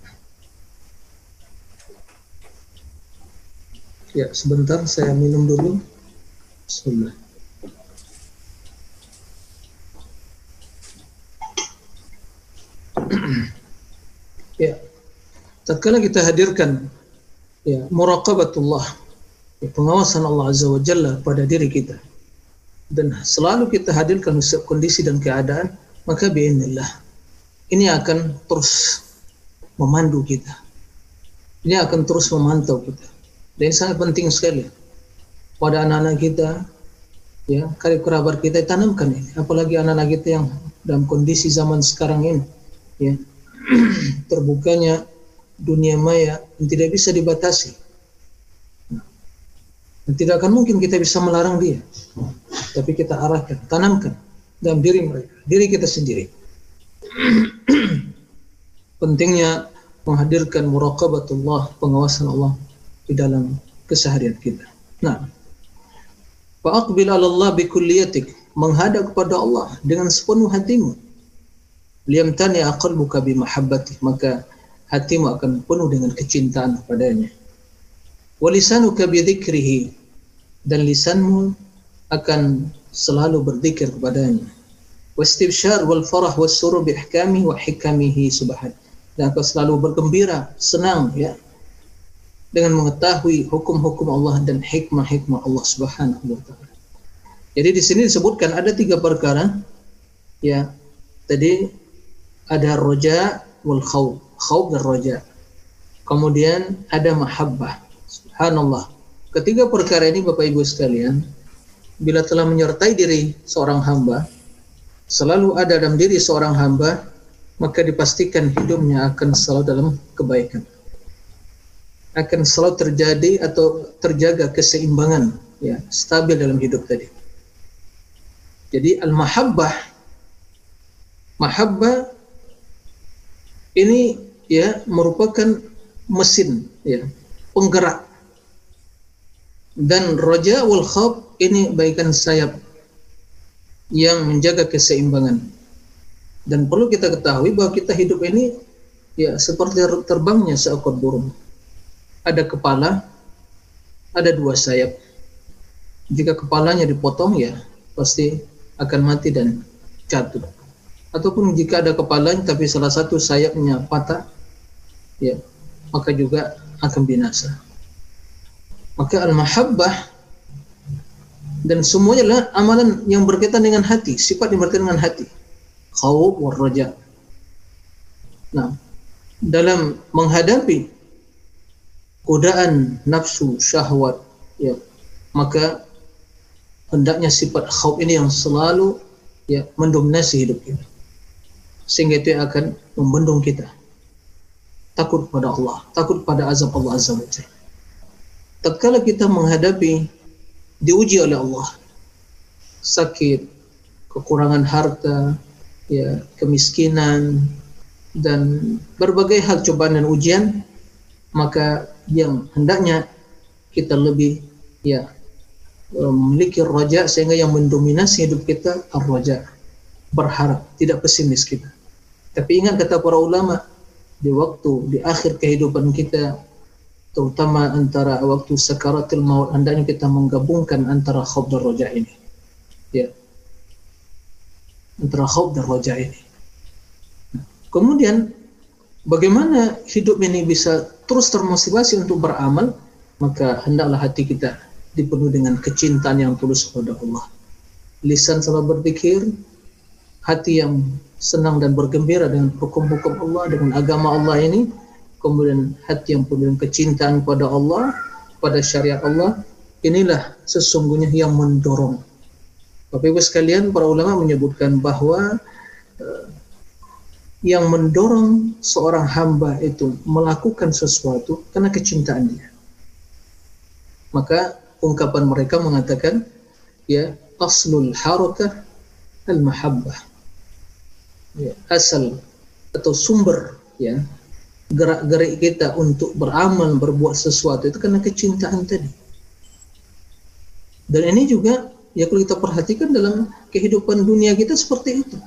ya, sebentar saya minum dulu. Bismillah. Ya, tatkala kita hadirkan ya muraqabatullah, ya, pengawasan Allah azza wa jalla pada diri kita, dan selalu kita hadirkan setiap kondisi dan keadaan, maka bi'inillah ini akan terus memandu kita, ini akan terus memantau kita. Dan ini sangat penting sekali pada anak-anak kita, ya, karib kerabat kita tanamkan ini, apalagi anak-anak kita yang dalam kondisi zaman sekarang ini, ya, terbukanya dunia maya yang tidak bisa dibatasi. Dan tidak akan mungkin kita bisa melarang dia, tapi kita arahkan, tanamkan dalam diri mereka, diri kita sendiri. Pentingnya menghadirkan muraqabatullah, pengawasan Allah di dalam keseharian kita. Nah, fa'aqbil 'ala Allah bi kulliyatik, menghadap kepada Allah dengan sepenuh hatimu. Liyamtani aqalbuka bi mahabbati, maka hatimu akan penuh dengan kecintaan kepadanya. Wa lisanuka bi dzikrihi, dan lisanmu akan selalu berzikir kepadanya. Wastibsyar wal farah was surur bi ihkamihi wa hikamihi subhanahu, dan akan selalu bergembira, senang, ya, dengan mengetahui hukum-hukum Allah dan hikmah-hikmah Allah Subhanahu wa taala. Jadi di sini disebutkan ada tiga perkara, ya. Tadi ada roja wal khawf, khawf dan roja. Kemudian ada mahabbah. Subhanallah. Ketiga perkara ini Bapak Ibu sekalian, bila telah menyertai diri seorang hamba, selalu ada dalam diri seorang hamba, maka dipastikan hidupnya akan selalu dalam kebaikan. Akan selalu terjadi atau terjaga keseimbangan, ya, stabil dalam hidup tadi. Jadi al-mahabbah, mahabbah ini, ya, merupakan mesin, ya, penggerak. Dan roja wal khawf ini bagaikan sayap yang menjaga keseimbangan. Dan perlu kita ketahui bahwa kita hidup ini, ya, seperti terbangnya seekor burung. Ada kepala, ada dua sayap. Jika kepalanya dipotong, ya, pasti akan mati dan jatuh. Ataupun jika ada kepalanya tapi salah satu sayapnya patah, ya, maka juga akan binasa. Maka al-mahabbah dan semuanya adalah amalan yang berkaitan dengan hati, sifat yang berkaitan dengan hati. Khawf wa raja. Nah, dalam menghadapi godaan nafsu syahwat, ya, maka hendaknya sifat khawf ini yang selalu, ya, mendominasi hidup kita, sehingga itu akan membendung kita takut pada Allah, takut pada azab Allah Azza wa Jalla. Tatkala kita menghadapi, diuji oleh Allah, sakit, kekurangan harta, ya, kemiskinan, dan berbagai hal cobaan dan ujian, maka yang hendaknya kita lebih, ya, memiliki raja, sehingga yang mendominasi hidup kita ar-raja, berharap, tidak pesimis kita. Tapi ingat kata para ulama, di waktu, di akhir kehidupan kita, terutama antara waktu sakaratul maut, hendaknya kita menggabungkan antara khawf dan raja ini, ya, antara khawf dan raja ini. Kemudian bagaimana hidup ini bisa terus termotivasi untuk beramal? Maka hendaklah hati kita dipenuhi dengan kecintaan yang tulus kepada Allah. Lisan selalu berzikir, hati yang senang dan bergembira dengan hukum-hukum Allah, dengan agama Allah ini. Kemudian hati yang penuh dengan kecintaan kepada Allah, pada syariat Allah. Inilah sesungguhnya yang mendorong. Bapak Ibu sekalian, para ulama menyebutkan bahwa uh, yang mendorong seorang hamba itu melakukan sesuatu karena kecintaan dia. Maka ungkapan mereka mengatakan, ya, aslul harakah al-mahabbah, ya, asal atau sumber, ya, gerak-gerik kita untuk beramal, berbuat sesuatu itu karena kecintaan tadi. Dan ini juga, ya, kalau kita perhatikan dalam kehidupan dunia kita seperti itu.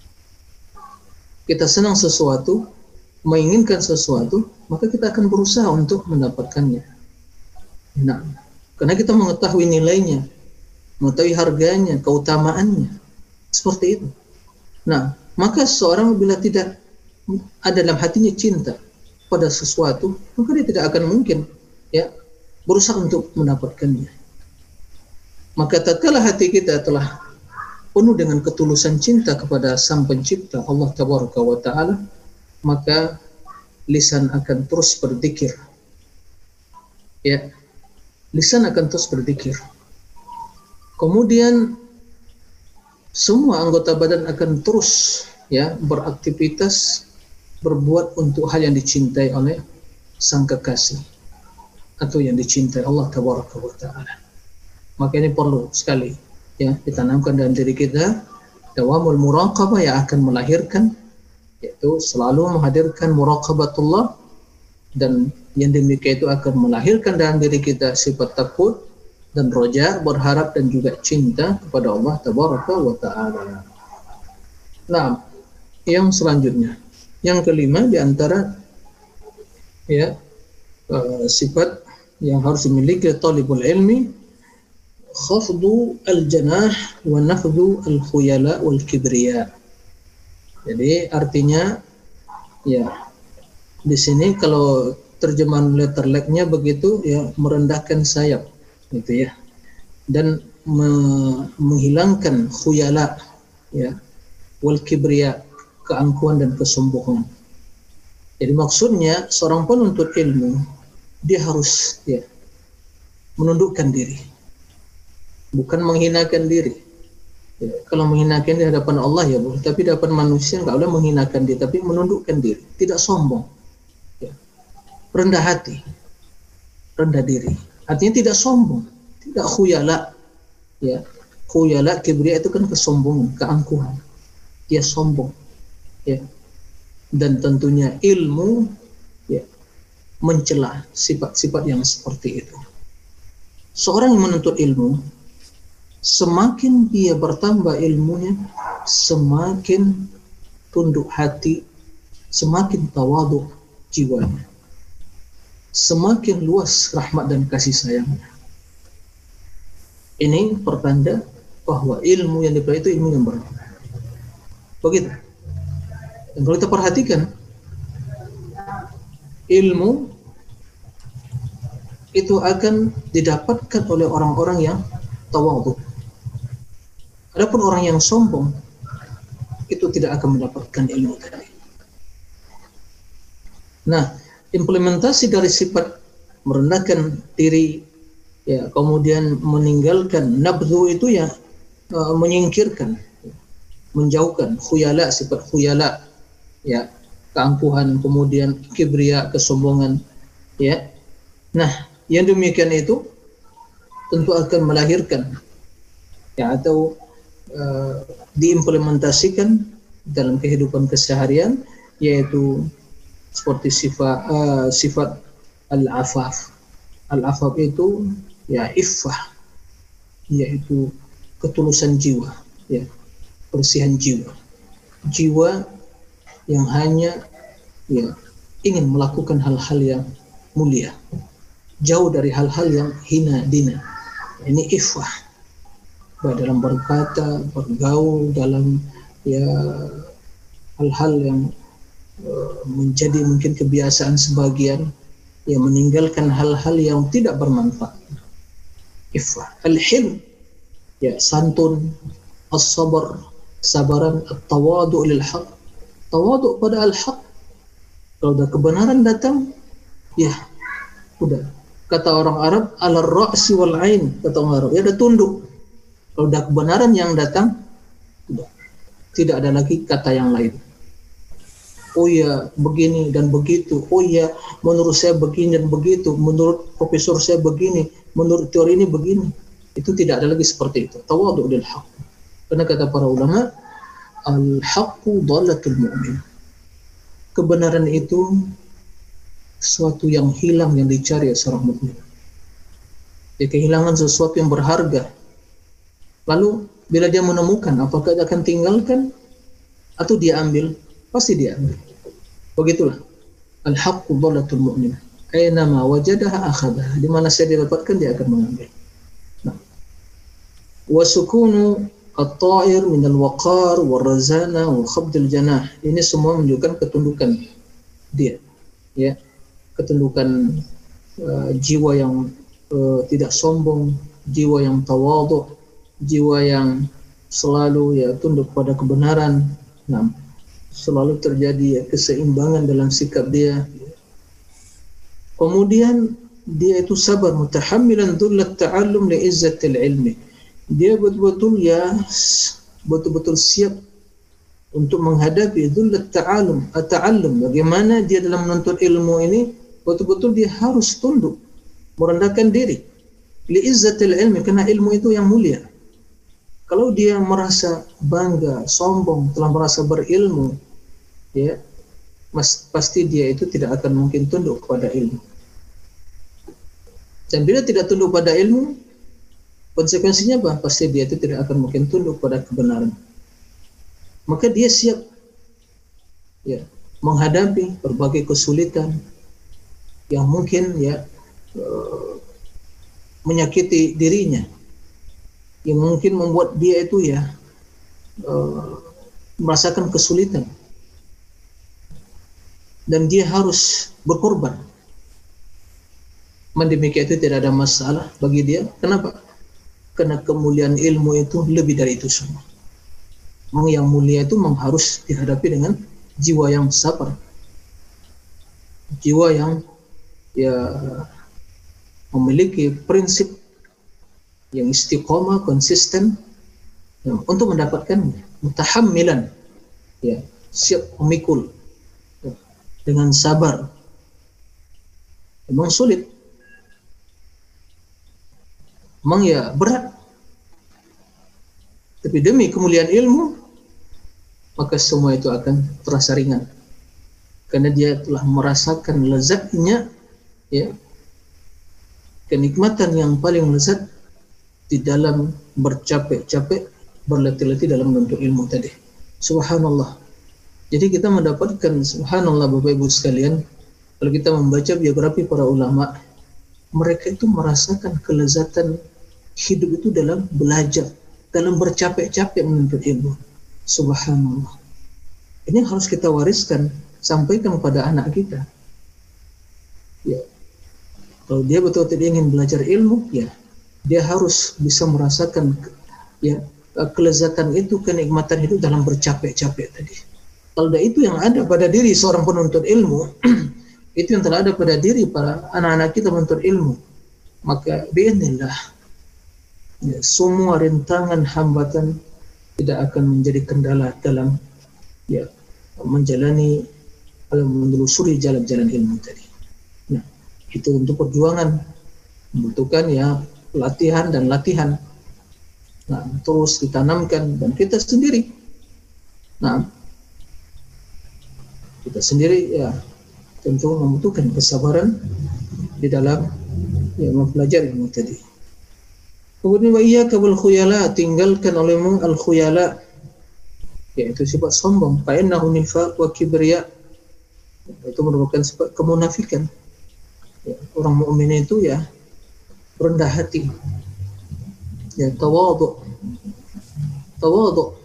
Kita senang sesuatu, menginginkan sesuatu, maka kita akan berusaha untuk mendapatkannya. Nah, karena kita mengetahui nilainya, mengetahui harganya, keutamaannya, seperti itu. Nah, maka seorang bila tidak ada dalam hatinya cinta pada sesuatu, maka dia tidak akan mungkin, ya, berusaha untuk mendapatkannya. Maka tatkala hati kita telah penuh dengan ketulusan cinta kepada Sang Pencipta Allah Tabaraka wa Ta'ala, maka lisan akan terus berzikir. Ya, lisan akan terus berzikir. Kemudian semua anggota badan akan terus ya beraktivitas, berbuat untuk hal yang dicintai oleh sang kekasih atau yang dicintai Allah Tabaraka wa Ta'ala. Maka ini perlu sekali ya ditanamkan dalam diri kita dawamul muraqabah yang akan melahirkan, yaitu selalu menghadirkan muraqabatullah, dan yang demikian itu akan melahirkan dalam diri kita sifat takut dan roja, berharap dan juga cinta kepada Allah Tabaraka wa Ta'ala. Nah, yang selanjutnya, yang kelima di antara ya uh, sifat yang harus dimiliki talibul ilmi, khafdu al-janah wa nafdu al-khuyala wal kibriya. Jadi artinya ya di sini kalau terjemahan letter L-nya begitu ya, merendahkan sayap gitu ya, dan me menghilangkan khuyala ya wal kibriya, keangkuhan dan kesombongan. Jadi maksudnya seorang penuntut ilmu dia harus ya menundukkan diri, bukan menghinakan diri. Ya, kalau menghinakan di hadapan Allah ya boleh, tapi di hadapan manusia nggak boleh menghinakan diri, tapi menundukkan diri, tidak sombong, ya. Rendah hati, rendah diri. Artinya tidak sombong, tidak khuyala, ya. Khuyala, kibriya itu kan kesombongan, keangkuhan. Dia sombong, ya. Dan tentunya ilmu, ya, mencela sifat-sifat yang seperti itu. Seorang yang menuntut ilmu, semakin dia bertambah ilmunya, semakin tunduk hati, semakin tawadhu jiwanya, semakin luas rahmat dan kasih sayangnya. Ini pertanda bahwa ilmu yang dipelajari itu ilmu yang bermanfaat. Begitu. Dan kalau kita perhatikan, ilmu itu akan didapatkan oleh orang-orang yang tawadhu. Adapun orang yang sombong itu tidak akan mendapatkan ilmu tadi. Nah, implementasi dari sifat merendahkan diri ya, kemudian meninggalkan nabdhu itu ya, uh, menyingkirkan, menjauhkan khuyala, sifat khuyala ya, keangkuhan, kemudian kibriya, kesombongan ya. Nah, yang demikian itu tentu akan melahirkan ya, atau uh, diimplementasikan dalam kehidupan keseharian, yaitu seperti sifat uh, sifat al-afaf. Al-afaf itu ya iffah, yaitu ketulusan jiwa, ya, persihan jiwa, jiwa yang hanya ya ingin melakukan hal-hal yang mulia, jauh dari hal-hal yang hina dina. Ini iffah, baik dalam berkata, bergaul, dalam ya hal-hal yang uh, menjadi mungkin kebiasaan sebagian, yang meninggalkan hal-hal yang tidak bermanfaat. Iffah, al-hilm, ya santun, as-sabar, sabaran, at-tawadu' lil haq, tawadu' pada al-haq. Kalau udah kebenaran datang, ya udah. Kata orang Arab, ala ra'si wal ain, kata orang Arab, ya udah tunduk. Kalau udah kebenaran yang datang, udah. Tidak ada lagi kata yang lain. Oh ya begini dan begitu, oh ya menurut saya begini dan begitu, menurut profesor saya begini, menurut teori ini begini. Itu tidak ada lagi seperti itu. Tawadhu lil haq. Karena kata para ulama, al-haqqu dhalatul mu'min. Kebenaran itu sesuatu yang hilang, yang dicari seorang mukmin. Dia kehilangan sesuatu yang berharga. Lalu bila dia menemukan, apakah dia akan tinggalkan atau dia ambil? Pasti dia ambil. Begitulah. Al-haqqu dhalatul mu'min. Aina ma wajadaha akhadaha. Di mana saya didapatkan, dia akan mengambil. Nah. Wa sukunu at-ta'ir min al-waqar wa razana wa khabdil janah. Ini semua menunjukkan ketundukan dia. Ya. Ketundukan uh, jiwa yang uh, tidak sombong, jiwa yang tawadhu, jiwa yang selalu ya tunduk pada kebenaran. Nah, selalu terjadi ya, keseimbangan dalam sikap dia. Kemudian dia itu sabar, mutahammilan dhullat ta'allum li izzatil ilmi. dia betul-betul ya betul-betul siap untuk menghadapi dzullat ta'allum, at-ta'allum. Bagaimana dia dalam menuntut ilmu ini betul-betul dia harus tunduk, merendahkan diri liizzatil ilmi, karena ilmu itu yang mulia. Kalau dia merasa bangga, sombong, telah merasa berilmu, ya, mas, pasti dia itu tidak akan mungkin tunduk kepada ilmu. Dan bila tidak tunduk pada ilmu, konsekuensinya apa? Pasti dia itu tidak akan mungkin tunduk pada kebenaran. Maka dia siap ya menghadapi berbagai kesulitan yang mungkin ya uh, menyakiti dirinya, yang mungkin membuat dia itu ya uh, merasakan kesulitan, dan dia harus berkorban. Demikian itu tidak ada masalah bagi dia. Kenapa? Karena kemuliaan ilmu itu lebih dari itu semua. Memang yang mulia itu memang harus dihadapi dengan jiwa yang sabar, jiwa yang ya memiliki prinsip yang istiqomah, konsisten ya, untuk mendapatkan mutahammilan, ya, siap memikul ya, dengan sabar. Memang sulit, memang ya berat. Tapi demi kemuliaan ilmu, maka semua itu akan terasa ringan. Karena dia telah merasakan lezatnya, ya, kenikmatan yang paling lezat di dalam bercapek-capek, berletih-letih dalam menuntut ilmu tadi. Subhanallah. Jadi kita mendapatkan, subhanallah Bapak Ibu sekalian, kalau kita membaca biografi para ulama, mereka itu merasakan kelezatan hidup itu dalam belajar, dalam bercapek-capek menuntut ilmu. Subhanallah. Ini harus kita wariskan, sampaikan kepada anak kita. Ya. Kalau dia betul-betul ingin belajar ilmu, ya, dia harus bisa merasakan ya kelezatan itu, kenikmatan itu dalam bercapek-capek tadi. Kalau itu yang ada pada diri seorang penuntut ilmu, itu yang telah ada pada diri para anak-anak kita menuntut ilmu, maka bi'idznillah ya, semua rintangan hambatan tidak akan menjadi kendala dalam ya menjalani atau menelusuri jalan-jalan ilmu tadi. Nah, itu untuk perjuangan membutuhkan ya latihan dan latihan. Nah, terus ditanamkan, dan kita sendiri. Nah, kita sendiri ya tentu membutuhkan kesabaran di dalam ya mempelajari ilmu tadi. Kemudian wa iyyaka wal khuyala, tinggalkan olehmu al khuyala, yaitu sifat sombong. Fa innahu nifaq wa kibriya, itu merupakan sifat kemunafikan. Ya, orang mukmin itu ya rendah hati, ya tawadhu, tawadhu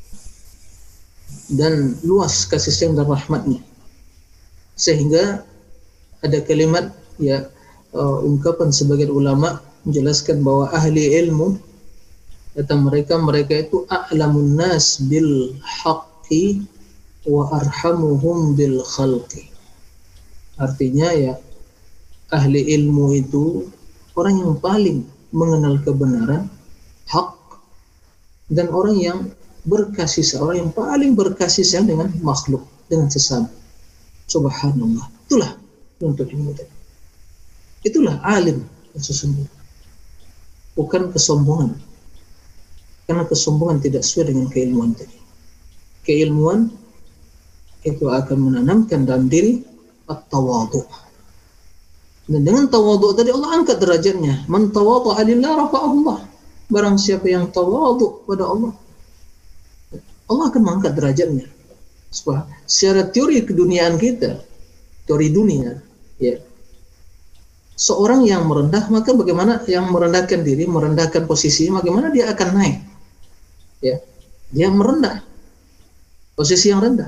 dan luas kasih sayang dan rahmatnya, sehingga ada kalimat ya uh, ungkapan sebagian ulama menjelaskan bahwa ahli ilmu, kata mereka, mereka itu a'lamun nas bil haqqi wa arhamuhum bil khalqi. Artinya ya ahli ilmu itu orang yang paling mengenal kebenaran, hak, dan orang yang berkasih sayang, orang yang paling berkasih sayang dengan makhluk, dengan sesama. Subhanallah. Itulah untuk ilmu tadi. Itulah alim sesungguhnya. Bukan kesombongan, karena kesombongan tidak sesuai dengan keilmuan tadi. Keilmuan itu akan menanamkan dalam diri at-tawadhu, dan dengan tawadhu tadi Allah angkat derajatnya. Man tawadha lillah rafa'ahu Allah. Barang siapa yang tawadhu pada Allah, Allah akan mengangkat derajatnya. Sebab secara teori keduniaan kita, teori dunia, ya, seorang yang merendah, maka bagaimana yang merendahkan diri, merendahkan posisi, bagaimana dia akan naik? Ya, dia merendah, posisi yang rendah.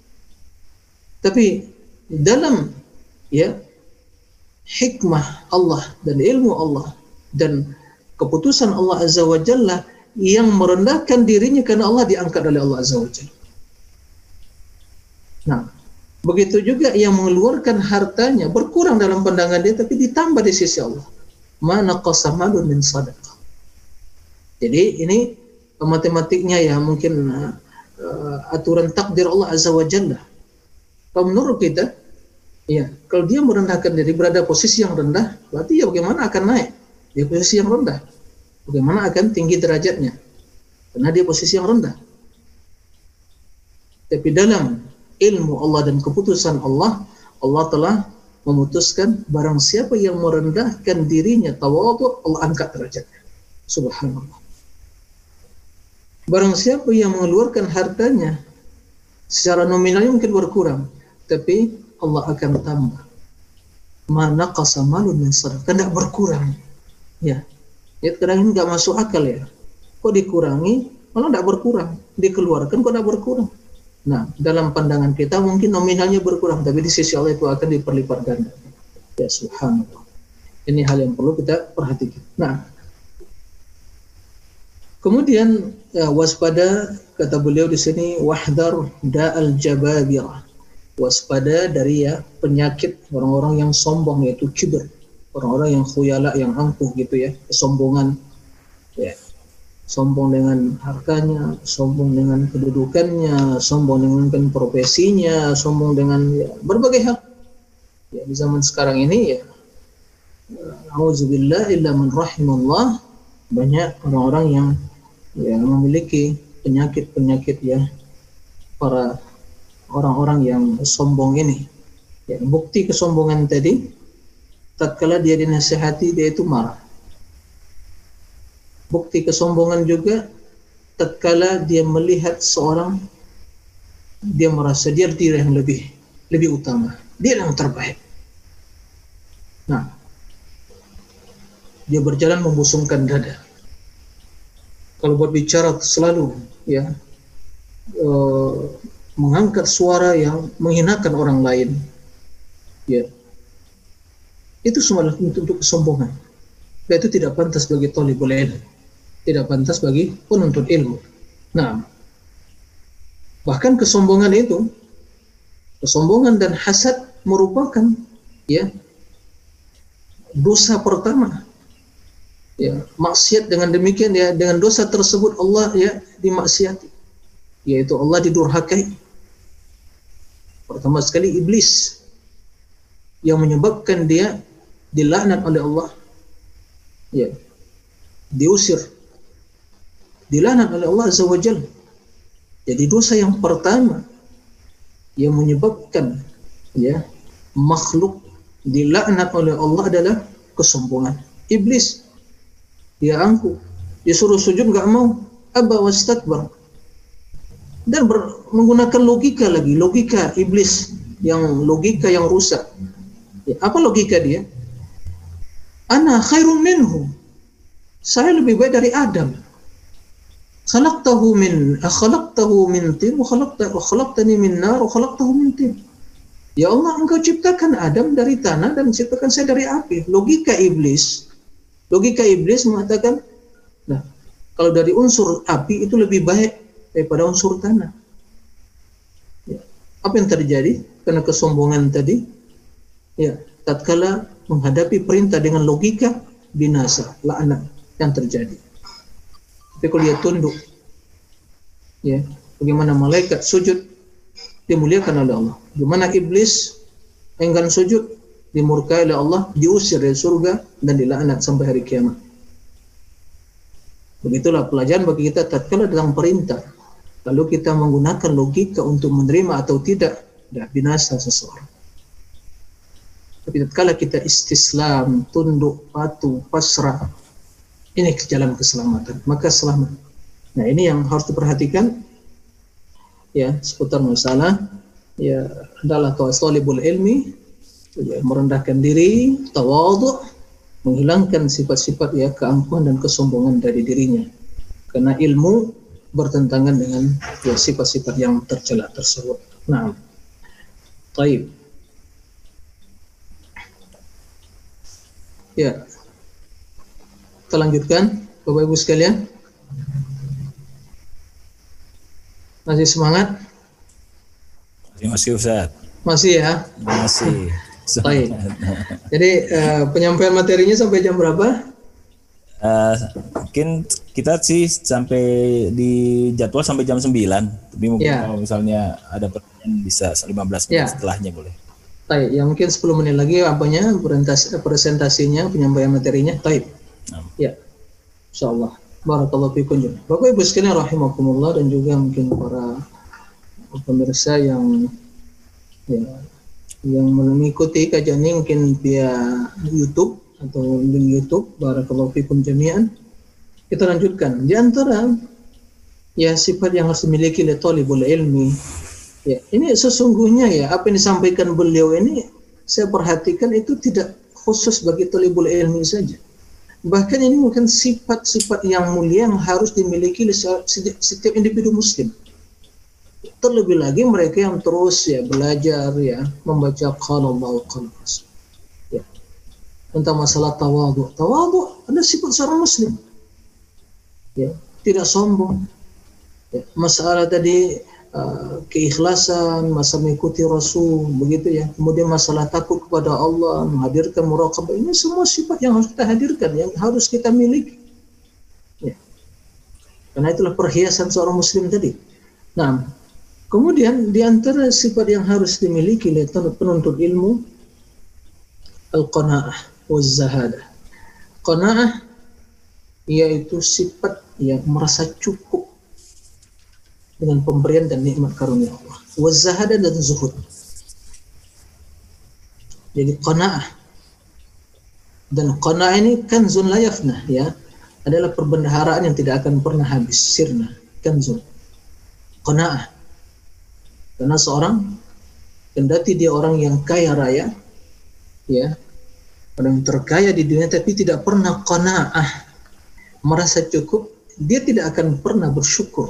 Tapi dalam ya hikmah Allah dan ilmu Allah dan keputusan Allah Azza wa Jalla, yang merendahkan dirinya karena Allah diangkat oleh Allah Azza wa Jalla. Nah, begitu juga yang mengeluarkan hartanya berkurang dalam pandangan dia, tapi ditambah di sisi Allah. Ma naqasa malun min sadaqah. Jadi ini matematiknya ya, mungkin uh, aturan takdir Allah Azza wa Jalla. Kalau menurut kita, ya, kalau dia merendahkan diri, berada posisi yang rendah, berarti ya bagaimana akan naik? Dia posisi yang rendah. Bagaimana akan tinggi derajatnya? Karena dia posisi yang rendah. Tapi dalam ilmu Allah dan keputusan Allah, Allah telah memutuskan barang siapa yang merendahkan dirinya, tawadhu, Allah angkat derajatnya. Subhanallah. Barang siapa yang mengeluarkan hartanya, secara nominalnya mungkin berkurang, tapi Allah akan tambah. Ma naqasa malun min sadaqah, tidak berkurang. Ya, ya kadang ini nggak masuk akal ya. Kok dikurangi, malah tidak berkurang. Dikeluarkan kok tidak berkurang. Nah, dalam pandangan kita mungkin nominalnya berkurang, tapi di sisi Allah itu akan diperlipat ganda. Ya subhanallah. Ini hal yang perlu kita perhatikan. Nah, kemudian ya, waspada, kata beliau di sini, wahdar da'al jababirah. Waspada dari ya penyakit orang-orang yang sombong, yaitu kibir, orang-orang yang khuyala, yang angkuh gitu ya, kesombongan, ya, sombong dengan hartanya, sombong dengan kedudukannya, sombong dengan profesinya, sombong dengan ya, berbagai hal. Ya, di zaman sekarang ini ya, auzubillah illa man rahimallah, banyak orang-orang yang ya memiliki penyakit-penyakit ya, para orang-orang yang sombong ini. Ya, bukti kesombongan tadi, tatkala dia dinasihati dia itu marah. Bukti kesombongan juga tatkala dia melihat seorang, dia merasa dia diri yang lebih lebih utama, dia yang terbaik. Nah, dia berjalan membusungkan dada. Kalau buat bicara selalu ya uh, mengangkat suara yang menghinakan orang lain, ya, itu semua untuk, untuk kesombongan. Dan itu tidak pantas bagi thalibul ilm, tidak pantas bagi penuntut ilmu. Nah, bahkan kesombongan itu, kesombongan dan hasad merupakan ya dosa pertama. Ya, maksiat dengan demikian ya, dengan dosa tersebut Allah ya dimaksiati, yaitu Allah didurhakai. Pertama sekali iblis yang menyebabkan dia dilaknat oleh Allah, ya, diusir, dilaknat oleh Allah Azza wa Jalla. Jadi dosa yang pertama yang menyebabkan ya makhluk dilaknat oleh Allah adalah kesombongan. Iblis dia angkuh, disuruh sujud nggak mau, aba wastakbar, dan ber, menggunakan logika lagi, logika iblis yang logika yang rusak. Ya, apa logika dia? Ana khairun minhu, saya lebih baik dari Adam. Khalaqtahu min khalaqtahu min tin wa khalaqta wa khalaqtani min nar wa khalaqtahu min tin. Ya Allah, engkau ciptakan Adam dari tanah dan ciptakan saya dari api. Logika iblis, logika iblis mengatakan, nah, kalau dari unsur api itu lebih baik daripada unsur tanah. Ya. Apa yang terjadi? Karena kesombongan tadi, ya, tatkala menghadapi perintah dengan logika, binasa, laknat yang terjadi. Tapi kalau dia tunduk, ya, bagaimana malaikat sujud, dimuliakan oleh Allah. Bagaimana iblis enggan sujud, dimurkai oleh Allah, diusir dari surga dan dilaknat sampai hari kiamat. Begitulah pelajaran bagi kita tatkala datang perintah, lalu kita menggunakan logika untuk menerima atau tidak, dah binasa seseorang. Tapi tatkala kita istislam, tunduk, patuh, pasrah, ini ke jalan keselamatan, maka selamat. Nah, ini yang harus diperhatikan ya seputar masalah ya adalah thalibul ilmi, ya, merendahkan diri, tawadhu, menghilangkan sifat-sifat ya keangkuhan dan kesombongan dari dirinya, karena ilmu bertentangan dengan ya sifat-sifat yang tercela tersebut. Nah, baik. Ya, kita lanjutkan, Bapak Ibu sekalian. Masih semangat? Masih, masih Ustaz. Masih ya? Masih. Baik. Jadi uh, penyampaian materinya sampai jam berapa? Uh, mungkin kita sih sampai di jadwal sampai jam sembilan. Tapi mungkin Ya. kalau misalnya ada pertanyaan bisa lima belas menit Ya. setelahnya boleh. Baik, ya mungkin sepuluh menit lagi apanya presentasi, presentasinya, penyampaian materinya. Baik. Nah. Ya. Insyaallah. Barakallahu fikum. Bapak Ibu sekalian rahimakumullah dan juga mungkin para pemirsa yang ya, yang mengikuti kajian ini mungkin via YouTube atau link YouTube. Barakallahu fikum jami'an. Kita lanjutkan. Di antara ya sifat yang harus dimiliki oleh talibul ilmi, ya ini sesungguhnya ya apa yang disampaikan beliau ini saya perhatikan itu tidak khusus bagi talibul ilmi saja. Bahkan ini mungkin sifat-sifat yang mulia yang harus dimiliki oleh setiap individu muslim. Terlebih lagi mereka yang terus ya belajar ya membaca qala Allah qala Rasul. Ya. Tentang masalah tawadhu. Tawadhu ada sifat seorang muslim. Ya, tidak sombong. Ya. Masalah tadi uh, keikhlasan, masalah mengikuti Rasul, begitu ya. Kemudian masalah takut kepada Allah, menghadirkan muraqabah, ini semua sifat yang harus kita hadirkan, yang harus kita miliki. Ya. Karena itulah perhiasan seorang muslim tadi. Nah, kemudian di antara sifat yang harus dimiliki oleh penuntut ilmu, al-qanaah waz-zahadah. Qanaah yaitu sifat yang merasa cukup dengan pemberian dan nikmat karunia Allah. Waz-zahadah dan zuhud. Jadi qanaah. Dan qanaah ini kanzun la yafnah, ya. Adalah perbendaharaan yang tidak akan pernah habis, sirna, kanzun. Qanaah. Karena seorang kendati dia orang yang kaya raya, ya, orang terkaya di dunia tapi tidak pernah qanaah, merasa cukup, dia tidak akan pernah bersyukur.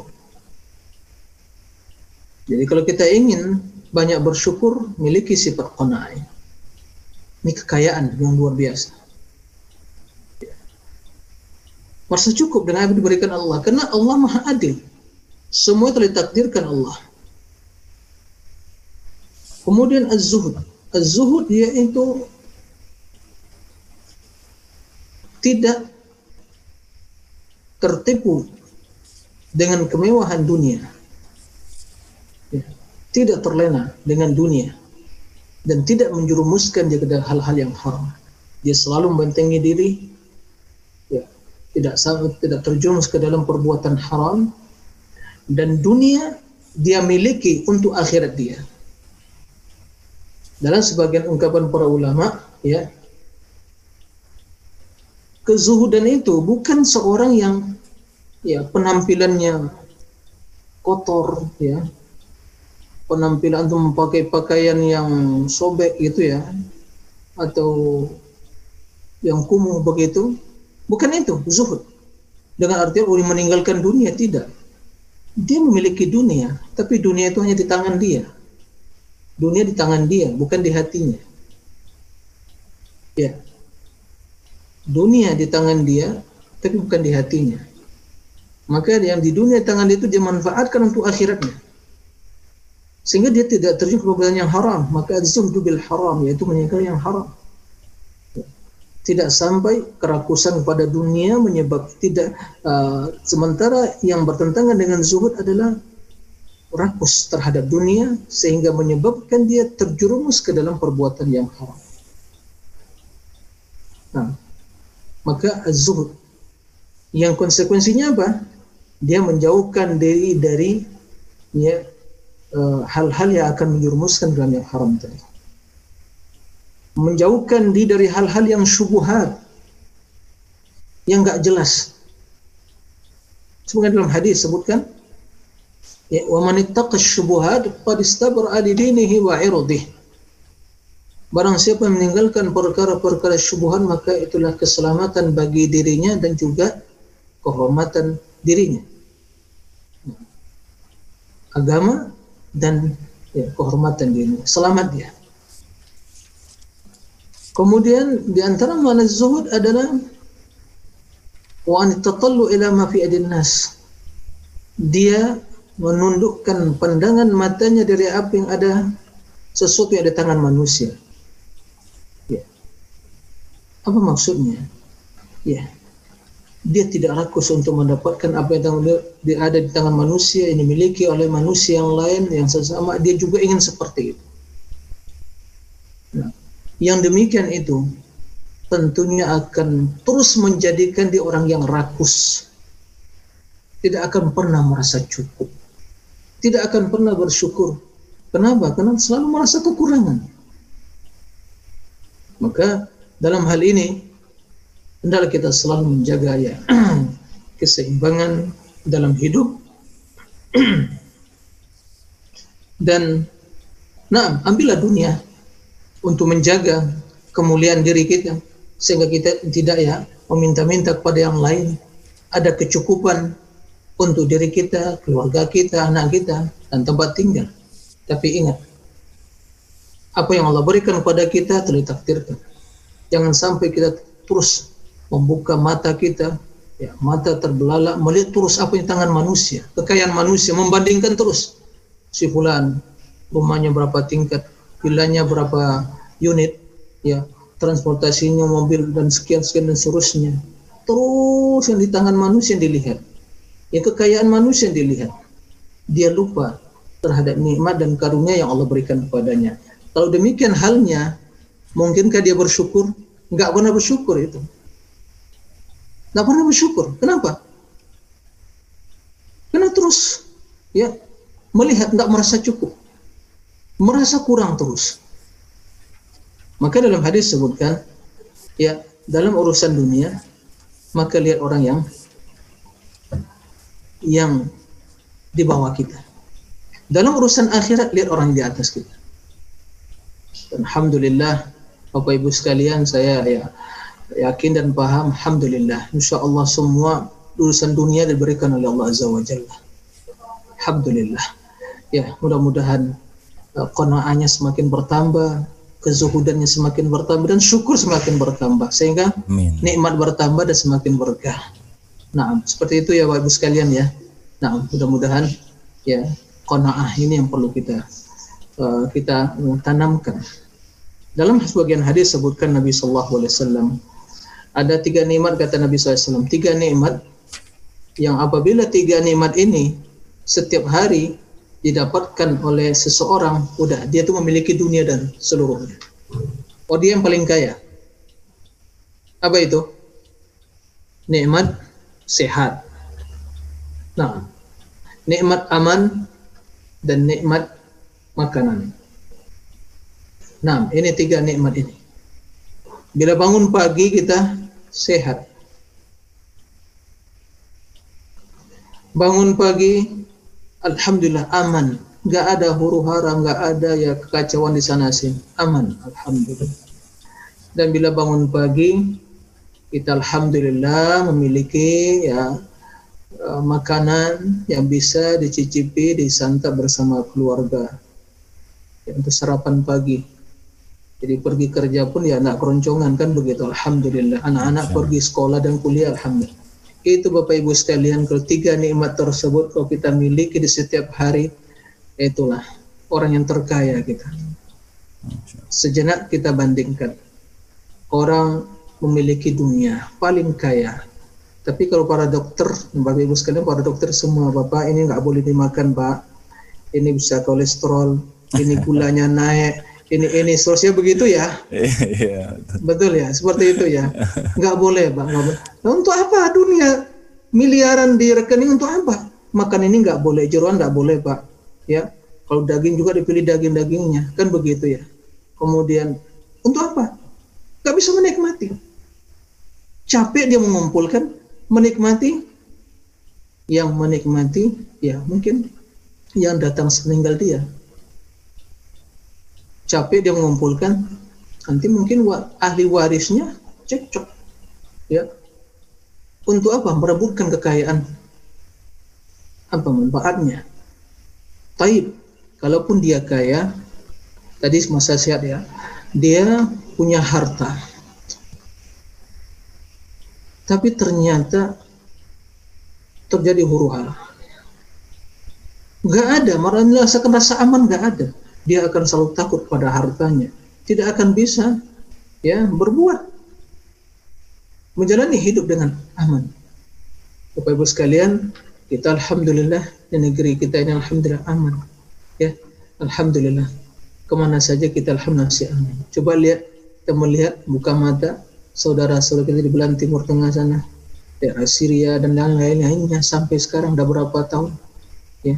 Jadi kalau kita ingin banyak bersyukur, miliki sifat qanaah. Ini kekayaan yang luar biasa. Merasa cukup dengan apa yang diberikan Allah, karena Allah Maha Adil. Semua telah ditakdirkan Allah. Kemudian az-zuhud. Az-zuhud yaitu tidak tertipu dengan kemewahan dunia, ya, tidak terlena dengan dunia, dan tidak menjerumuskan dia ke hal-hal yang haram. Dia selalu membentengi diri, ya, tidak sangat tidak terjerumus ke dalam perbuatan haram, dan dunia dia miliki untuk akhirat dia. Dalam sebagian ungkapan para ulama, ya, kezuhudan itu bukan seorang yang ya penampilannya kotor, ya, penampilan untuk memakai pakaian yang sobek gitu ya, atau yang kumuh begitu, bukan itu zuhud. Dengan artian boleh meninggalkan dunia, tidak. Dia memiliki dunia, tapi dunia itu hanya di tangan dia. Dunia di tangan dia, bukan di hatinya. Ya. Dunia di tangan dia, tapi bukan di hatinya. Maka yang di dunia di tangan dia itu dia manfaatkan untuk akhiratnya. Sehingga dia tidak terjun ke perbuatan yang haram. Maka az-zuhdu bil haram, yaitu meninggalkan yang haram. Tidak sampai kerakusan pada dunia menyebab tidak uh, sementara yang bertentangan dengan zuhud adalah rakus terhadap dunia sehingga menyebabkan dia terjerumus ke dalam perbuatan yang haram. Nah, maka az-zuhud yang konsekuensinya apa? Dia menjauhkan diri dari ya hal-hal uh, yang akan menjerumuskan dalam yang haram tadi. Menjauhkan diri dari hal-hal yang syubhat, yang enggak jelas. Semoga dalam hadis sebutkan, ya, wa man ittaqa syubhat qad istabra'a li dinihi wa 'irdihi. Barang siapa yang meninggalkan perkara-perkara syubhat, maka itulah keselamatan bagi dirinya dan juga kehormatan dirinya. Agama dan ya, kehormatan dirinya, selamat dia. Kemudian di antara makna zuhud adalah wa an tatallu ila ma fi adin nas. Dia menundukkan pandangan matanya dari apa yang ada, sesuatu yang ada tangan manusia. Ya. Apa maksudnya? Ya. dia tidak rakus untuk mendapatkan apa yang ada di tangan manusia, yang dimiliki oleh manusia yang lain yang sesama, dia juga ingin seperti itu. Nah, yang demikian itu tentunya akan terus menjadikan dia orang yang rakus, tidak akan pernah merasa cukup, tidak akan pernah bersyukur. Kenapa? Karena selalu merasa kekurangan. Maka dalam hal ini hendaklah kita selalu menjaga ya keseimbangan dalam hidup dan nah ambillah dunia untuk menjaga kemuliaan diri kita, sehingga kita tidak ya meminta-minta kepada yang lain. Ada kecukupan untuk diri kita, keluarga kita, anak kita, dan tempat tinggal. Tapi ingat, apa yang Allah berikan kepada kita telah ditakdirkan. Jangan sampai kita terus membuka mata kita, ya, mata terbelalak melihat terus apa yang tangan manusia, kekayaan manusia, membandingkan terus si fulan rumahnya berapa tingkat, vilanya berapa unit, ya, transportasinya mobil dan sekian sekian dan seterusnya. Terus yang di tangan manusia yang dilihat, ya, kekayaan manusia yang dilihat. Dia lupa terhadap nikmat dan karunia yang Allah berikan kepadanya. Kalau demikian halnya, mungkinkah dia bersyukur? Enggak pernah bersyukur itu. Nggak pernah bersyukur. Kenapa? Karena terus ya melihat nggak merasa cukup, merasa kurang terus. Maka dalam hadis sebutkan ya, dalam urusan dunia maka lihat orang yang yang di bawah kita. Dalam urusan akhirat lihat orang di atas kita. Alhamdulillah Bapak Ibu sekalian, saya ya yakin dan paham, alhamdulillah, insya Allah semua urusan dunia diberikan oleh Allah Azza wa Jalla. Alhamdulillah. Ya, mudah-mudahan uh, qanaahnya semakin bertambah, kezuhudannya semakin bertambah, dan syukur semakin bertambah, sehingga Amin. Nikmat bertambah dan semakin berkah. Nah, seperti itu ya Bapak Ibu sekalian ya. Nah, mudah-mudahan ya qanaah ini yang perlu kita uh, kita uh, tanamkan. Dalam sebagian hadis sebutkan Nabi Sallallahu Alaihi Wasallam, ada tiga nikmat kata Nabi Sallallahu Alaihi Wasallam, tiga nikmat yang apabila tiga nikmat ini setiap hari didapatkan oleh seseorang, udah dia tuh memiliki dunia dan seluruhnya. Oh, dia yang paling kaya. Apa itu? Nikmat sehat. Nah, nikmat aman dan nikmat makanan. Nah, ini tiga nikmat ini. Bila bangun pagi kita sehat. Bangun pagi, alhamdulillah aman. Nggak ada huru hara, nggak ada ya kekacauan di sana sini. Aman, alhamdulillah. Dan bila bangun pagi, kita alhamdulillah memiliki ya uh, makanan yang bisa dicicipi, disantap bersama keluarga. Ya, untuk sarapan pagi. Jadi pergi kerja pun ya anak keroncongan kan begitu, alhamdulillah. Anak-anak pergi sekolah dan kuliah, alhamdulillah. Itu Bapak Ibu sekalian, kalau tiga nikmat tersebut kalau kita miliki di setiap hari, itulah orang yang terkaya kita. Sejenak kita bandingkan, orang memiliki dunia paling kaya, tapi kalau para dokter, Bapak Ibu sekalian, para dokter semua, Bapak ini nggak boleh dimakan Pak, ini bisa kolesterol, ini gulanya naik, ini ini seterusnya begitu ya. Iya, betul ya, seperti itu ya. Nggak boleh Pak, nggak boleh. Nah, untuk apa dunia miliaran di rekening, untuk apa? Makan ini nggak boleh, jeroan nggak boleh Pak. Ya, kalau daging juga dipilih daging-dagingnya, kan begitu ya. Kemudian untuk apa? Nggak bisa menikmati. Capek dia mengumpulkan, menikmati. Yang menikmati, ya mungkin yang datang sepeninggal dia. Capek dia mengumpulkan, nanti mungkin wa, ahli warisnya cekcok, ya. Untuk apa? Merebutkan kekayaan. Apa manfaatnya? Taib, kalaupun dia kaya, tadi masa sehat ya, dia punya harta, tapi ternyata terjadi huru hara. Gak ada, merasakan rasa aman gak ada. Dia akan selalu takut pada hartanya, tidak akan bisa ya berbuat, menjalani hidup dengan aman. Bapak Ibu sekalian, kita alhamdulillah di negeri kita ini alhamdulillah aman. Ya, alhamdulillah. Kemana saja kita alhamdulillah masih aman. Coba lihat, kita melihat buka mata saudara-saudara kita di belahan timur tengah sana, daerah Syria dan lain-lainnya sampai sekarang udah berapa tahun, ya.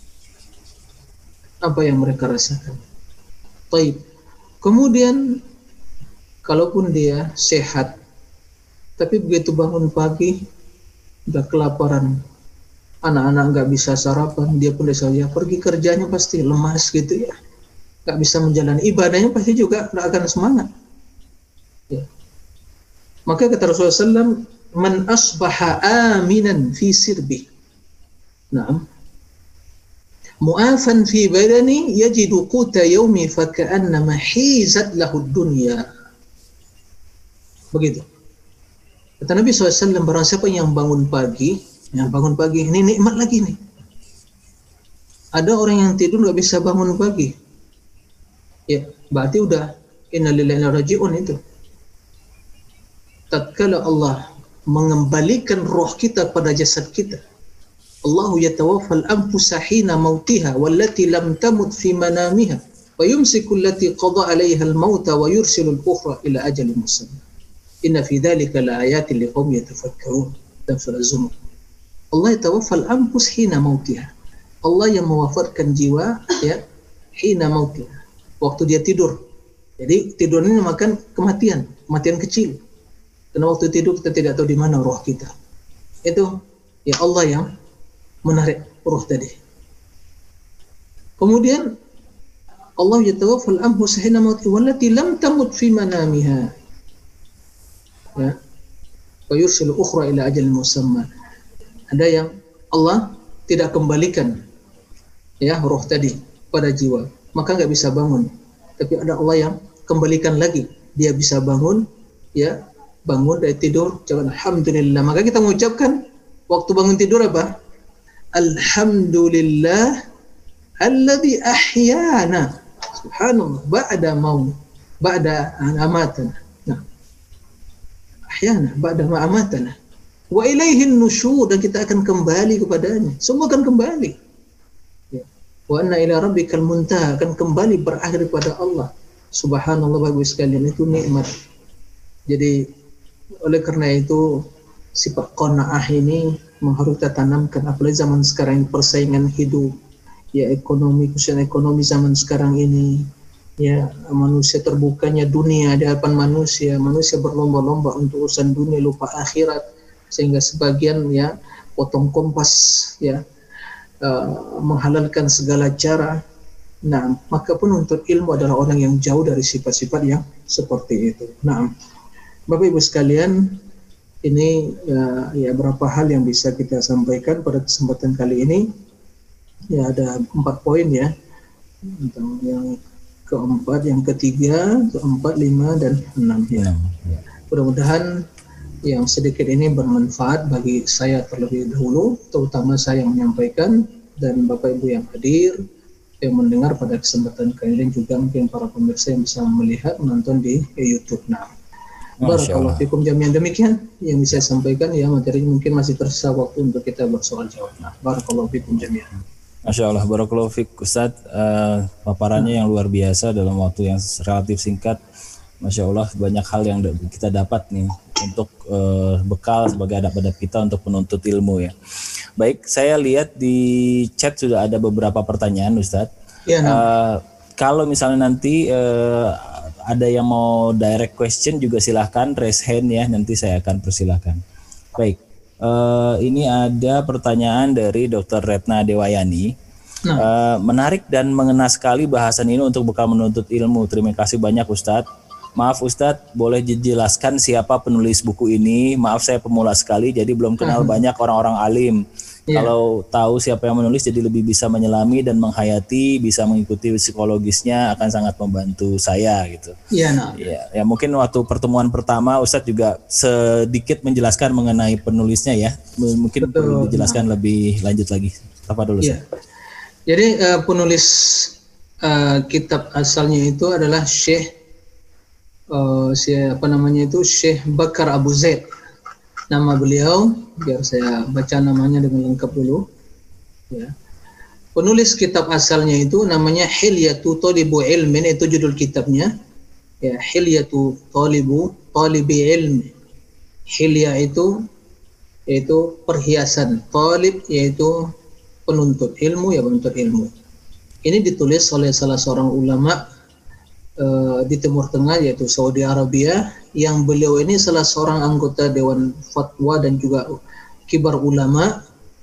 Apa yang mereka rasakan? Baik. Kemudian kalaupun dia sehat, tapi begitu bangun pagi udah kelaparan, anak-anak nggak bisa sarapan, dia pun saja pergi kerjanya pasti lemas gitu ya, nggak bisa menjalani ibadahnya, pasti juga nggak akan semangat. Ya. Maka kata Rasulullah shallallahu alaihi wasallam, man asbaha aminan fi sirbi, nah, mu'afan fi badani yajidu quta yaumi faka'annama hizat lahu dunya. Begitu. Kata Nabi shallallahu alaihi wasallam, barang siapa yang bangun pagi, yang bangun pagi, ini nikmat lagi nih. Ada orang yang tidur nggak bisa bangun pagi. Ya, berarti udah innalillahi wa inna ilaihi raji'un itu. Tatkala Allah mengembalikan roh kita pada jasad kita, Allahu yatawaffal anfusa hina mautiha wallati lam tamut fi manamiha wa yumsiku allati qada 'alaiha al-mauta wa yursilu al-ukhra ila ajalin musamma. Inna fi dzalika laayatin liqaumin yatafakkarun. Dan surah Az-Zumar. Allah yatawaffal anfus hina mautiha. Allah yang mewafatkan jiwa ya hina mautiha, waktu dia tidur. Jadi tidur ini makan kematian, kematian kecil. Karena waktu tidur kita tidak tahu di mana roh kita. Itu ya Allah yang menarik roh tadi. Kemudian Allah yatawaffal anfus hina mautiha wallati lam tamut fi manamiha. Ya. Wa yursilu ukhra ila ajalin musamma. Ada yang Allah tidak kembalikan ya roh tadi pada jiwa, maka nggak bisa bangun. Tapi ada Allah yang kembalikan lagi, dia bisa bangun ya, bangun dari tidur, jangan alhamdulillah. Maka kita mengucapkan waktu bangun tidur apa? Alhamdulillah alladzi ahyana. Subhanallah, ba'da maut, ba'da amatana. Nah, ahyana ba'da ma amatana. Wa ilaihin nusyur, dan kita akan kembali kepadanya. Semua akan kembali. Ya. Wa anna ila rabbikal muntaha, akan kembali berakhir pada Allah. Subhanallah, bagus sekalian, itu nikmat. Jadi oleh karena itu sifat qanaah ini harus kita tanamkan, apalagi zaman sekarang persaingan hidup, ya ekonomi, khususnya ekonomi zaman sekarang ini, ya manusia terbukanya dunia di hadapan manusia, manusia berlomba-lomba untuk urusan dunia, lupa akhirat. Sehingga sebagian ya potong kompas ya uh, menghalalkan segala cara. Nah, maka penuntut ilmu adalah orang yang jauh dari sifat-sifat yang seperti itu. Nah, Bapak Ibu sekalian, ini uh, ya berapa hal yang bisa kita sampaikan pada kesempatan kali ini. Ya ada empat poin ya. Yang keempat, yang ketiga, keempat, lima, dan enam ya. Mudah-mudahan yang sedikit ini bermanfaat bagi saya terlebih dahulu, terutama saya yang menyampaikan, dan Bapak Ibu yang hadir, yang mendengar pada kesempatan kali ini, juga mungkin para pemirsa yang bisa melihat, menonton di YouTube. Nah, barakallahu fikum jami'an, demikian yang bisa saya sampaikan ya, materi mungkin masih tersisa waktu untuk kita bersoal jawab. Nah, barakallahu fikum jami'an. Masya Allah, barakallahu fik Ustadz, uh, paparannya nah. yang luar biasa dalam waktu yang relatif singkat. Masya Allah, banyak hal yang kita dapat nih untuk uh, bekal sebagai adab-adab kita untuk menuntut ilmu ya. Baik, saya lihat di chat sudah ada beberapa pertanyaan Ustadz. Ya, nah. uh, kalau misalnya nanti uh, ada yang mau direct question juga silahkan raise hand ya, nanti saya akan persilahkan. Baik, uh, ini ada pertanyaan dari Dokter Retna Dewayani. Nah. Uh, menarik dan mengena sekali bahasan ini untuk bekal menuntut ilmu. Terima kasih banyak Ustadz. Maaf Ustadz, boleh dijelaskan siapa penulis buku ini? Maaf saya pemula sekali, jadi belum kenal uh-huh. banyak orang-orang alim. Yeah. Kalau tahu siapa yang menulis, jadi lebih bisa menyelami dan menghayati, bisa mengikuti psikologisnya, akan sangat membantu saya gitu. Iya. Yeah, no. Ya, ya mungkin waktu pertemuan pertama Ustadz juga sedikit menjelaskan mengenai penulisnya ya. Mungkin Betul. perlu dijelaskan nah. lebih lanjut lagi. Apa dulu Ustadz? Yeah. Jadi uh, penulis uh, kitab asalnya itu adalah Syekh Uh, siapa namanya itu Syekh Bakar Abu Zaid. nama beliau, biar saya baca namanya dengan lengkap dulu. Ya. Penulis kitab asalnya itu namanya Hilyatu Thalibu Ilmin, itu judul kitabnya. Ya, Hilyatu Thalibu Thalibi Ilmi. Hilya itu yaitu perhiasan, talib yaitu penuntut ilmu, ya penuntut ilmu. Ini ditulis oleh salah seorang ulama uh, di Timur Tengah, yaitu Saudi Arabia, yang beliau ini salah seorang anggota Dewan Fatwa dan juga kibar ulama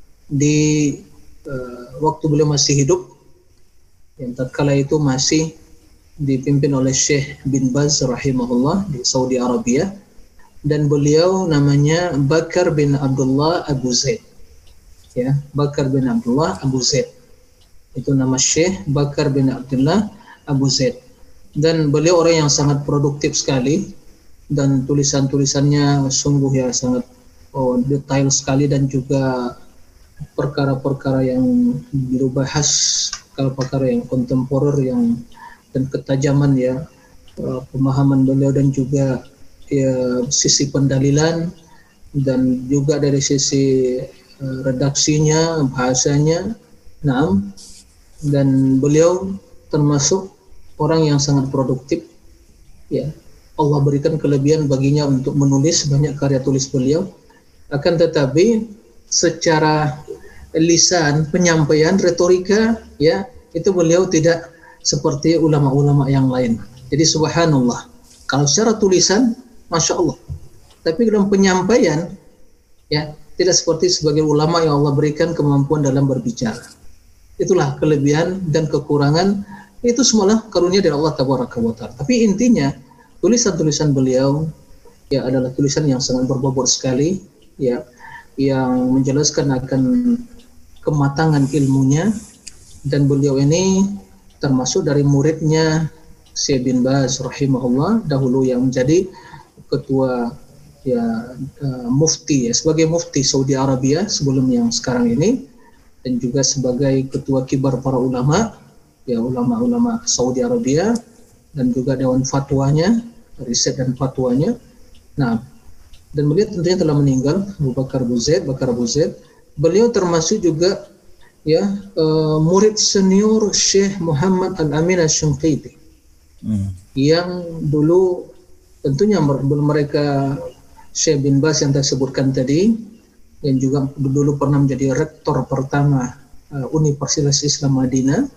di uh, waktu beliau masih hidup, yang tatkala itu masih dipimpin oleh Syekh bin Baz rahimahullah di Saudi Arabia. Dan beliau namanya Bakar bin Abdullah Abu Zaid. Ya, Bakar bin Abdullah Abu Zaid. Itu nama Syekh Bakar bin Abdullah Abu Zaid. Dan beliau orang yang sangat produktif sekali, dan tulisan-tulisannya sungguh ya sangat oh, detail sekali, dan juga perkara-perkara yang beliau bahas, perkara yang kontemporer yang dan ketajaman ya uh, pemahaman beliau, dan juga ya, sisi pendalilan, dan juga dari sisi uh, redaksinya, bahasanya. Naam. Dan beliau termasuk orang yang sangat produktif, ya. Allah berikan kelebihan baginya untuk menulis banyak karya tulis beliau. Akan tetapi secara lisan, penyampaian, retorika, ya, itu beliau tidak seperti ulama-ulama yang lain. Jadi subhanallah, kalau secara tulisan Masya Allah, tapi dalam penyampaian ya tidak seperti sebagai ulama yang Allah berikan kemampuan dalam berbicara. Itulah kelebihan dan kekurangan, itu semuanya karunia dari Allah Tabaraka wa Ta'ala. Tapi intinya tulisan-tulisan beliau ya adalah tulisan yang sangat berbobot sekali, ya, yang menjelaskan akan kematangan ilmunya. Dan beliau ini termasuk dari muridnya Syekh bin Baz rahimahullah, dahulu yang menjadi ketua ya uh, mufti ya, sebagai mufti Saudi Arabia sebelum yang sekarang ini, dan juga sebagai ketua kibar para ulama ya, ulama-ulama Saudi Arabia, dan juga dewan fatwanya, riset dan fatwanya. Nah, dan beliau tentunya telah meninggal, Abu Bakar Abu Zaid, Bakar Abu Zaid. Beliau termasuk juga ya uh, murid senior Syekh Muhammad Al-Amin Asy-Syinqiti, hmm. yang dulu tentunya mereka Syekh bin Baz yang saya sebutkan tadi, yang juga dulu pernah menjadi rektor pertama uh, Universitas Islam Madinah,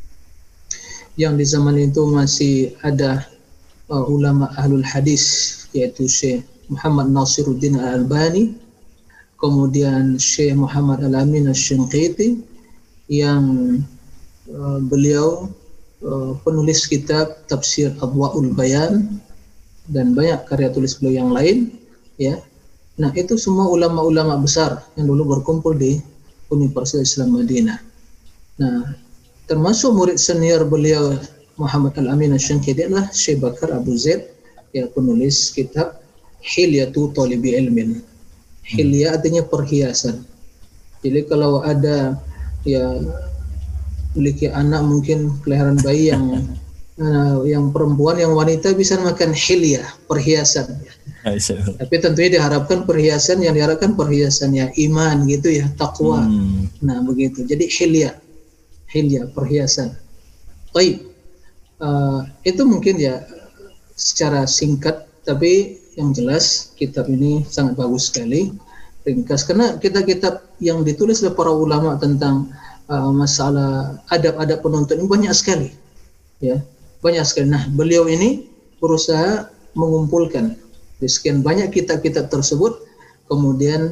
yang di zaman itu masih ada uh, ulama ahlul hadis, yaitu Syekh Muhammad Nasiruddin Al-Albani, kemudian Syekh Muhammad Al-Amin Asy-Syinqiti, yang uh, beliau uh, penulis kitab Tafsir Adwa'ul Bayan, dan banyak karya tulis beliau yang lain, ya. Nah, itu semua ulama-ulama besar yang dulu berkumpul di Universitas Islam Madinah. Nah, termasuk murid senior beliau Muhammad Al-Amin Asy-Syinqiti adalah Syekh Bakar Abu Zaid, yang penulis kitab Hilyatu Thalibi Ilmin. Hilya artinya perhiasan. Jadi kalau ada ya memiliki anak, mungkin kelahiran bayi yang uh, yang perempuan, yang wanita, bisa makan hilya, perhiasan. Tapi tentunya diharapkan perhiasan yang diharapkan perhiasannya iman gitu ya, takwa. Hmm. Nah begitu. Jadi hilya, hilya perhiasan. Baik, uh, itu mungkin ya secara singkat, tapi yang jelas kitab ini sangat bagus sekali, ringkas, karena kitab-kitab yang ditulis oleh para ulama tentang uh, masalah adab-adab penuntut ini banyak sekali, ya, banyak sekali. Nah, beliau ini berusaha mengumpulkan di sekian banyak kitab-kitab tersebut, kemudian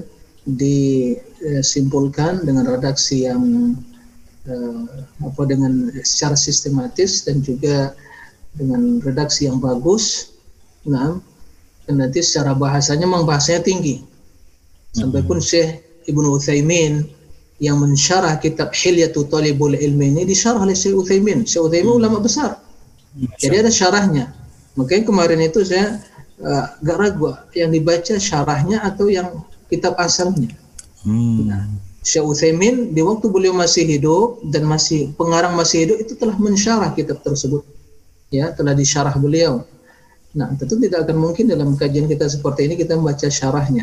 disimpulkan dengan redaksi yang uh, apa dengan secara sistematis, dan juga dengan redaksi yang bagus. Nah, dan nanti secara bahasanya memang bahasanya tinggi. Sampai pun Syekh Ibnu Utsaimin yang mensyarah kitab Hilyatu Thalibul Ilmi ini disyarah oleh Syekh Utsaimin. Syekh Utsaimin hmm. ulama besar. Jadi ada syarahnya. Makanya kemarin itu saya uh, agak ragu yang dibaca syarahnya atau yang kitab asalnya. Hmm. Nah, Syekh Utsaimin di waktu beliau masih hidup dan masih pengarang masih hidup itu telah mensyarah kitab tersebut. Ya, telah disyarah beliau. Nah, tentu tidak akan mungkin dalam kajian kita seperti ini kita membaca syarahnya.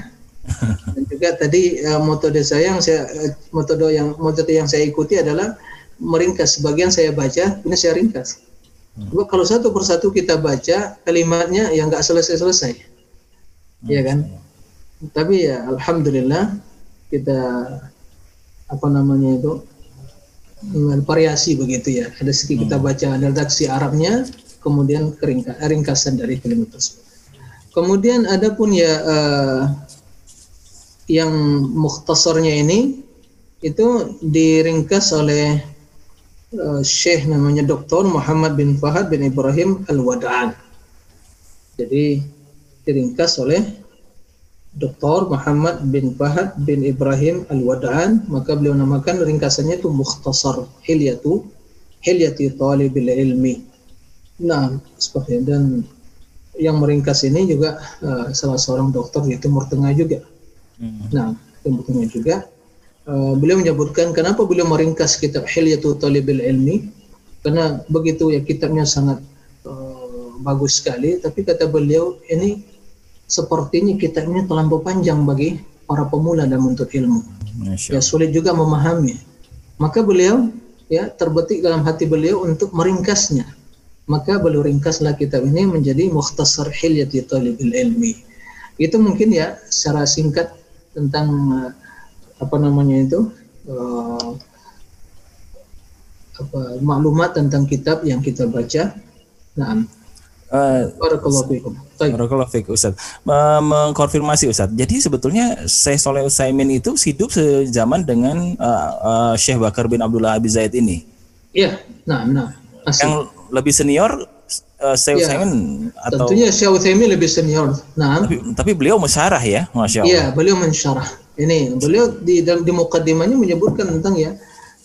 Dan juga tadi uh, metode saya yang saya uh, metode yang metode yang saya ikuti adalah meringkas. Sebagian saya baca, ini saya ringkas. Sebab kalau satu persatu kita baca kalimatnya yang nggak selesai-selesai, hmm. ya kan? Tapi ya alhamdulillah kita apa namanya itu variasi begitu ya. Ada sedikit kita baca redaksi Arabnya, kemudian keringkas, ringkasan dari kalimat tersebut. Kemudian ada pun ya uh, yang mukhtasarnya ini itu diringkas oleh uh, Syekh namanya Doktor Muhammad bin Fahad bin Ibrahim Al-Wada'an. Jadi diringkas oleh Doktor Muhammad bin Fahad bin Ibrahim Al-Wada'an, maka beliau namakan ringkasannya itu Mukhtasar Hilyatu Hilyati Talibil Ilmi. Nah, seperti dan yang meringkas ini juga uh, salah seorang dokter di Timur Tengah juga. Hmm. Nah, Timur Tengah juga. Uh, beliau menyebutkan kenapa beliau meringkas kitab Hilyatu Talibil Ilmi, karena begitu ya kitabnya sangat uh, bagus sekali, tapi kata beliau ini sepertinya kitabnya terlampau panjang bagi para pemula dalam menuntut ilmu. Ya sulit juga memahami. Maka beliau ya terbetik dalam hati beliau untuk meringkasnya. Maka beliau ringkaslah kitab ini menjadi Mukhtasar Hilyati Talibil Ilmi. Itu mungkin ya secara singkat tentang uh, apa namanya itu uh, apa maklumat tentang kitab yang kita baca. Nah, uh, barakallahu fiikum. Barakallahu fiikum Ustaz. Mengkonfirmasi Ustaz. Jadi sebetulnya Syekh Shalih Utsaimin itu hidup sezaman dengan uh, uh, Syekh Bakar bin Abdullah Abi Zaid ini. Iya, nah, nah. Asli. Yang lebih senior uh, Syekh ya, Utsaimin atau tentunya Syekh Utsaimin lebih senior. Nah, tapi, tapi beliau mensyarah ya, Masya Allah. Iya, beliau mensyarah. Ini beliau di dalam di mukaddimahnya menyebutkan tentang ya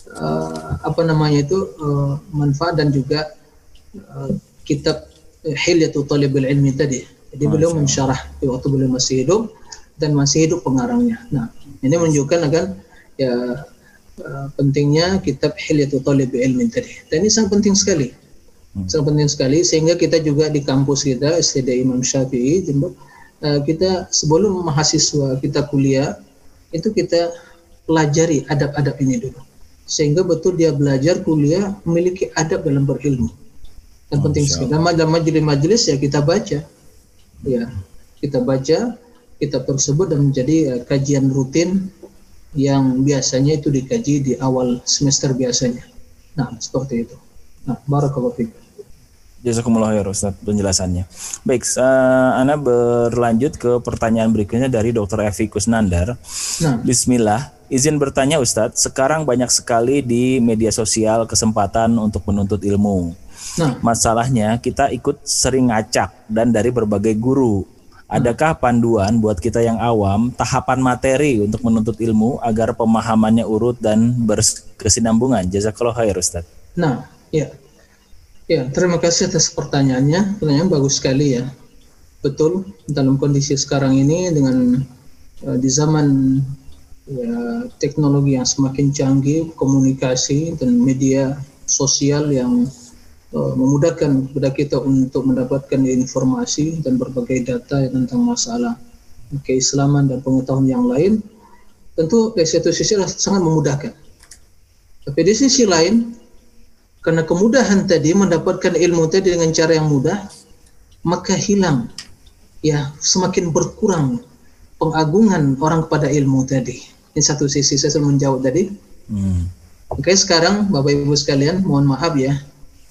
uh, apa namanya itu uh, manfaat dan juga uh, kitab Hilyatu Talibil Ilmi tadi. Jadi Masya beliau mensyarah di waktu beliau masih hidup dan masih hidup pengarangnya. Nah, ini menunjukkan akan ya uh, pentingnya kitab Hilyatu Talibil Ilmi tadi. Dan ini sangat penting sekali. Hmm. Sangat penting sekali sehingga kita juga di kampus kita S T D Imam Syafi'i uh, kita sebelum mahasiswa kita kuliah itu kita pelajari adab-adab ini dulu. Sehingga betul dia belajar kuliah memiliki adab dalam berilmu. Dan oh, penting sekali. Dalam majelis-majelis ya kita baca. Ya, kita baca kitab tersebut dan menjadi uh, kajian rutin yang biasanya itu dikaji di awal semester biasanya. Nah, seperti itu. Nah, barakallahu fiik. Jazakumullah khair Ustaz penjelasannya. Baik, uh, Ana berlanjut ke pertanyaan berikutnya dari Doktor Evi Kusnandar. Nah. Bismillah, izin bertanya Ustaz, sekarang banyak sekali di media sosial kesempatan untuk menuntut ilmu. Nah. Masalahnya kita ikut sering ngacak dan dari berbagai guru. Adakah panduan buat kita yang awam tahapan materi untuk menuntut ilmu agar pemahamannya urut dan berkesinambungan? Jazakallah khair Ustaz. Nah, ya. Ya, terima kasih atas pertanyaannya. Pertanyaan bagus sekali ya. Betul, dalam kondisi sekarang ini dengan uh, di zaman ya, teknologi yang semakin canggih, komunikasi dan media sosial yang uh, memudahkan kepada kita untuk mendapatkan informasi dan berbagai data tentang masalah keislaman dan pengetahuan yang lain, tentu dari satu sisi sangat memudahkan. Tapi di sisi lain, karena kemudahan tadi mendapatkan ilmu tadi dengan cara yang mudah, maka hilang ya semakin berkurang pengagungan orang kepada ilmu tadi. Ini satu sisi saya selalu menjawab tadi. Hmm. Oke, sekarang Bapak Ibu sekalian, mohon maaf ya.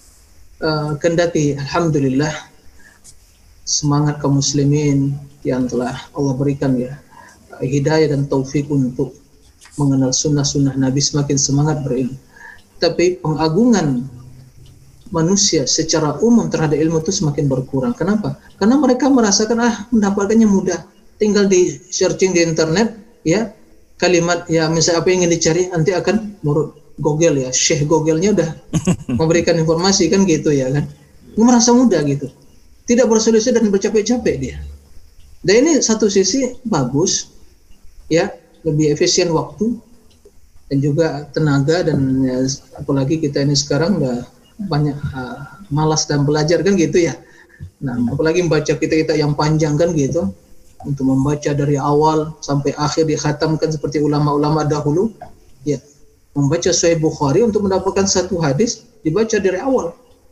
Uh, kendati alhamdulillah semangat kaum muslimin yang telah Allah berikan ya hidayah dan taufik untuk mengenal sunnah-sunnah Nabi semakin semangat berilmu. Tapi pengagungan manusia secara umum terhadap ilmu itu semakin berkurang. Kenapa? Karena mereka merasakan ah mendapatkannya mudah. Tinggal di searching di internet ya kalimat ya misalnya apa yang ingin dicari nanti akan menurut Google ya, Syekh Google-nya udah memberikan informasi kan gitu ya kan. Dia merasa mudah gitu. Tidak berselisih dan bercapek-capek dia. Dan ini satu sisi bagus ya, lebih efisien waktu dan juga tenaga dan ya, apalagi kita ini sekarang udah banyak uh, malas dan belajar kan gitu ya. Nah, apalagi membaca kita-kita yang panjang kan gitu. untuk membaca dari awal sampai akhir dikhatamkan seperti ulama-ulama dahulu, ya, membaca Sahih Bukhari untuk mendapatkan satu hadis dibaca dari awal.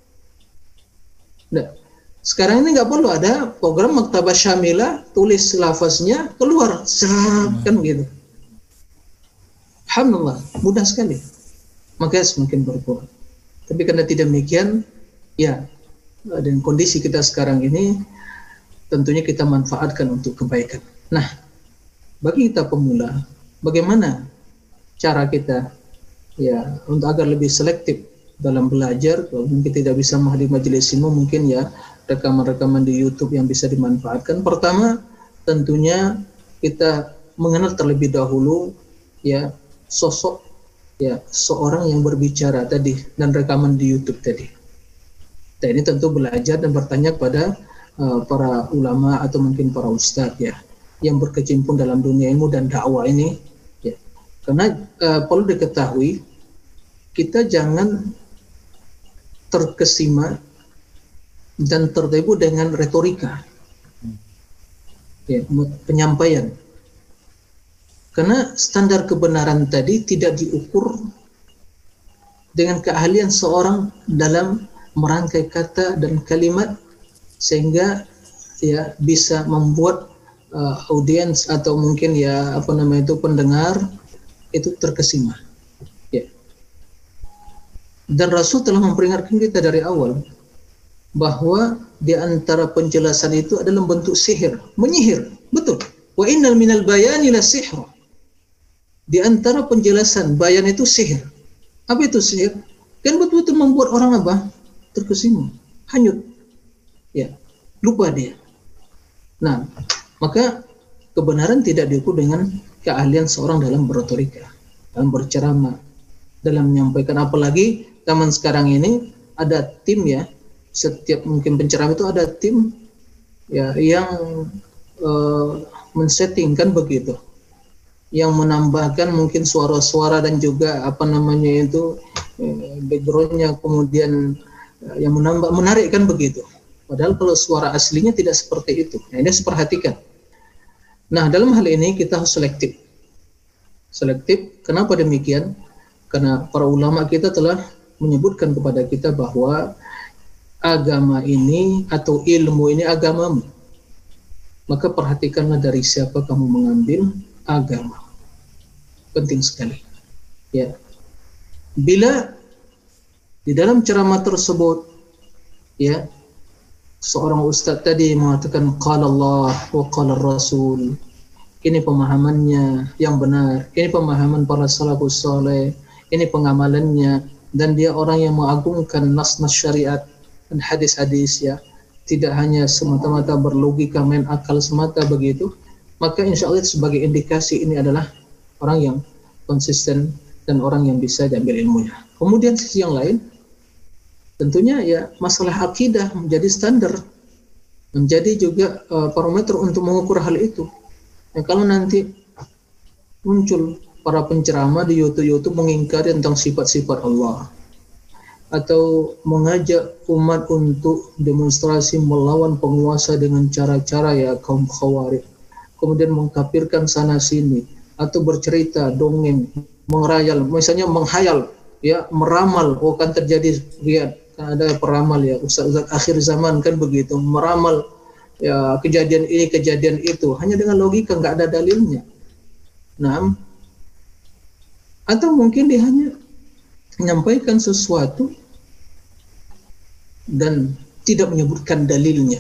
Nah, sekarang ini nggak perlu, ada program Maktabah Syamilah, tulis lafaznya keluar, serap, kan gitu. Alhamdulillah, mudah sekali. Maka semakin berkurang. Tapi karena tidak demikian, ya, dengan kondisi kita sekarang ini, tentunya kita manfaatkan untuk kebaikan. Nah, bagi kita pemula, bagaimana cara kita, ya, untuk agar lebih selektif dalam belajar? Kalau mungkin tidak bisa menghadiri majelis ilmu, mungkin ya rekaman-rekaman di YouTube yang bisa dimanfaatkan. Pertama, tentunya kita mengenal terlebih dahulu, ya, sosok, ya, seorang yang berbicara tadi dan rekaman di YouTube tadi. Nah, ini tentu belajar dan bertanya kepada uh, para ulama atau mungkin para ustadz, ya, yang berkecimpung dalam dunia ilmu dan dakwah ini, ya. Karena uh, perlu diketahui, kita jangan terkesima dan tertipu dengan retorika, ya, penyampaian. Karena standar kebenaran tadi tidak diukur dengan keahlian seorang dalam merangkai kata dan kalimat sehingga, ya, bisa membuat uh, audiens atau mungkin, ya, apa namanya itu, pendengar itu terkesima. Ya. Dan Rasul telah memperingatkan kita dari awal bahwa di antara penjelasan itu adalah bentuk sihir, menyihir. Betul. Wa innal minal bayani la sihr. Di antara penjelasan bayan itu sihir. Apa itu sihir? Kan betul-betul membuat orang apa? Terkesima, hanyut. Ya, lupa dia. Nah, maka kebenaran tidak diukur dengan keahlian seorang dalam berretorika, dalam berceramah, dalam menyampaikan. Apalagi zaman sekarang ini ada tim, ya, setiap mungkin penceramah itu ada tim, ya, yang uh, men-settingkan begitu, yang menambahkan mungkin suara-suara dan juga apa namanya itu eh, backgroundnya, kemudian eh, yang menambah, menarik, kan begitu. Padahal kalau suara aslinya tidak seperti itu. Nah, ini harus perhatikan. Nah, dalam hal ini kita harus selektif. Selektif, kenapa demikian? Karena para ulama kita telah menyebutkan kepada kita bahwa agama ini atau ilmu ini agamamu. Maka perhatikanlah dari siapa kamu mengambil agama. Penting sekali. Ya. Bila di dalam ceramah tersebut, ya, seorang ustaz tadi mengatakan qala Allah wa qala Rasul, ini pemahamannya yang benar, ini pemahaman para salafus saleh, ini pengamalannya, dan dia orang yang mengagungkan nas-nas syariat dan hadis-hadis, ya, tidak hanya semata-mata berlogika, main akal semata begitu, maka insya Allah sebagai indikasi ini adalah orang yang konsisten dan orang yang bisa diambil ilmunya. Kemudian sisi yang lain, tentunya, ya, masalah akidah menjadi standar, menjadi juga uh, parameter untuk mengukur hal itu. Ya, kalau nanti muncul para penceramah di YouTube-YouTube mengingkari tentang sifat-sifat Allah, atau mengajak umat untuk demonstrasi melawan penguasa dengan cara-cara, ya, kaum khawarij, kemudian mengkafirkan sana sini, atau bercerita dongeng, mengrayal, misalnya menghayal, ya, meramal, oh kan terjadi, lihat, kan ada peramal, ya, ustaz-ustaz akhir zaman kan begitu, meramal, ya, kejadian ini kejadian itu hanya dengan logika, nggak ada dalilnya. Nah, atau mungkin dia hanya menyampaikan sesuatu dan tidak menyebutkan dalilnya.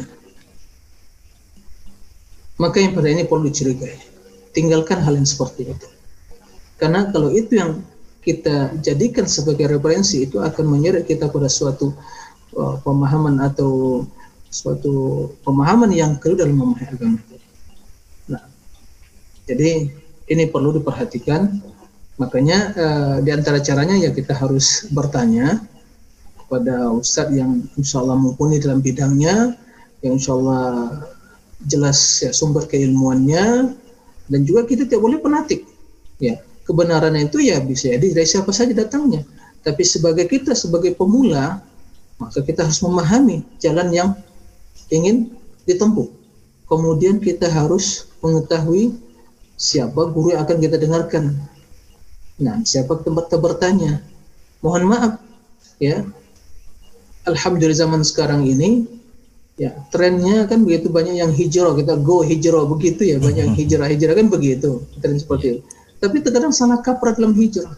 Maka yang pada ini perlu dicurigai. Tinggalkan hal yang seperti itu. Karena kalau itu yang kita jadikan sebagai referensi, itu akan menyeret kita pada suatu uh, pemahaman atau suatu pemahaman yang keliru dalam memahami agama. Nah, jadi ini perlu diperhatikan. Makanya uh, di antara caranya, ya, kita harus bertanya kepada ustadz yang insya Allah mumpuni dalam bidangnya, yang insya Allah jelas, ya, sumber keilmuannya, dan juga kita tidak boleh penatik, ya. Kebenaran itu, ya, bisa jadi dari siapa saja datangnya, tapi sebagai kita sebagai pemula, maka kita harus memahami jalan yang ingin ditempuh. kemudian kita harus mengetahui siapa guru yang akan kita dengarkan. Nah, siapa tempat kita bertanya. Mohon maaf, ya. Alhamdulillah zaman sekarang ini, ya trennya kan begitu banyak yang hijrah, kita go hijrah begitu ya, banyak yang hijrah-hijrah kan begitu, tren seperti itu. Tapi terkadang salah kaprah dalam hijrah.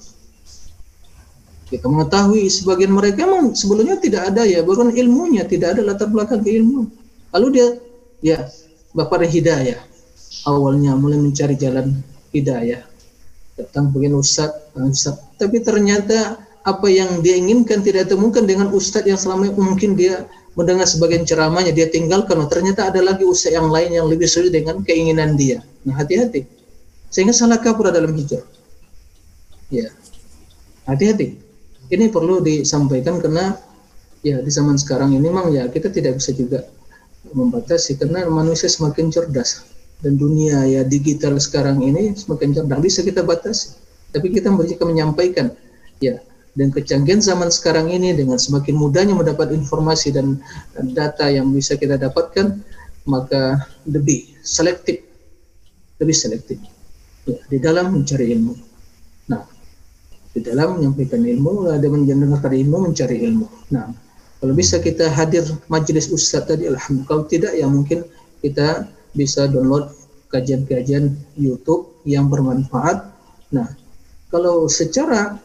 Kita mengetahui sebagian mereka memang sebelumnya tidak ada ya, bahkan ilmunya tidak ada latar belakang keilmuan. Lalu dia, ya, bapak hidayah. Awalnya mulai mencari jalan hidayah. Datang begini ustaz, ustaz. Tapi ternyata apa yang dia inginkan tidak temukan dengan ustaz yang selama mungkin dia mendengar sebagian ceramahnya, dia tinggalkan. Oh, ternyata ada lagi ustaz yang lain yang lebih sesuai dengan keinginan dia. Nah, hati-hati. Sehingga salah kaprah dalam hijrah. Ya, hati-hati. Ini perlu disampaikan karena ya di zaman sekarang ini memang ya kita tidak bisa juga membatasi karena manusia semakin cerdas dan dunia ya digital sekarang ini semakin cerdas, bisa kita batasi. Tapi kita bisa menyampaikan ya, dan kecanggihan zaman sekarang ini dengan semakin mudahnya mendapat informasi dan data yang bisa kita dapatkan, maka lebih selektif, lebih selektif ya, di dalam mencari ilmu. Nah, di dalam menyampaikan ilmu, ada mendengarkan ilmu, mencari ilmu. Nah, kalau bisa kita hadir majelis ustaz tadi, alhamdulillah. Kalau tidak, ya mungkin kita bisa download kajian-kajian YouTube yang bermanfaat. Nah, kalau secara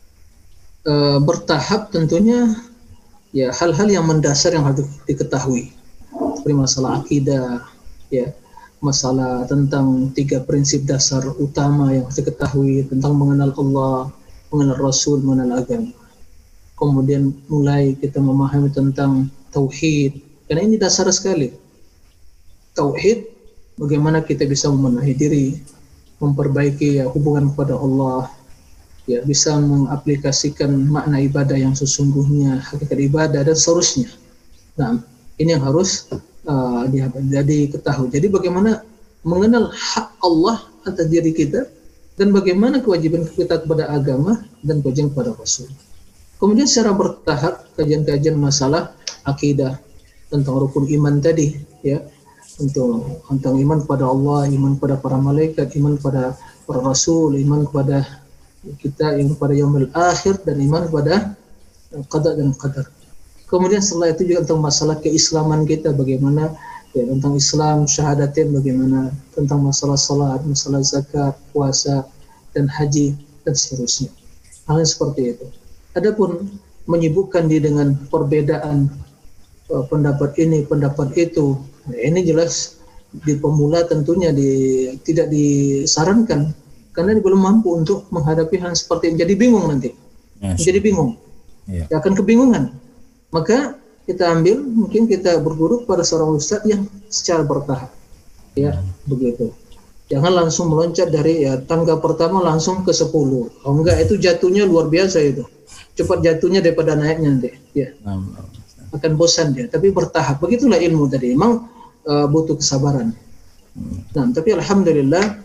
uh, bertahap tentunya ya hal-hal yang mendasar yang harus diketahui, seperti masalah akidah, ya, masalah tentang tiga prinsip dasar utama yang harus diketahui, tentang mengenal Allah, mengenal Rasul, mengenal agama. Kemudian mulai kita memahami tentang tauhid, karena ini dasar sekali. Tauhid, bagaimana kita bisa memenuhi diri, memperbaiki ya, hubungan kepada Allah, ya, bisa mengaplikasikan makna ibadah yang sesungguhnya, hakikat ibadah dan seterusnya. Nah, ini yang harus uh, jadi ketahui. Jadi bagaimana mengenal hak Allah atas diri kita dan bagaimana kewajiban kita kepada agama dan kewajiban kepada Rasul. Kemudian secara bertahap kajian-kajian masalah akidah tentang rukun iman tadi, ya, untuk tentang iman kepada Allah, iman kepada para malaikat, iman kepada para rasul, iman kepada kita, iman kepada yaumil akhir, dan iman kepada qada dan qadar. Kemudian setelah itu juga tentang masalah keislaman kita, bagaimana ya, tentang Islam, syahadatin, bagaimana tentang masalah salat, masalah zakat, puasa, dan haji, dan seterusnya. Hal seperti itu. Adapun menyibukkan diri dengan perbedaan uh, pendapat ini, pendapat itu, nah, ini jelas di pemula tentunya di, tidak disarankan karena dia belum mampu untuk menghadapi hal seperti ini. Jadi bingung nanti, yes. Jadi bingung, yeah. Akan kebingungan. Maka kita ambil, mungkin kita berguru pada seorang ustaz yang secara bertahap, ya, hmm. begitu. Jangan langsung meloncat dari ya, tangga pertama langsung ke sepuluh. Oh enggak, itu jatuhnya luar biasa itu. Cepat jatuhnya daripada naiknya nanti, ya. Akan bosan dia. Tapi bertahap. Begitulah ilmu tadi. Memang uh, butuh kesabaran. Nah, tapi alhamdulillah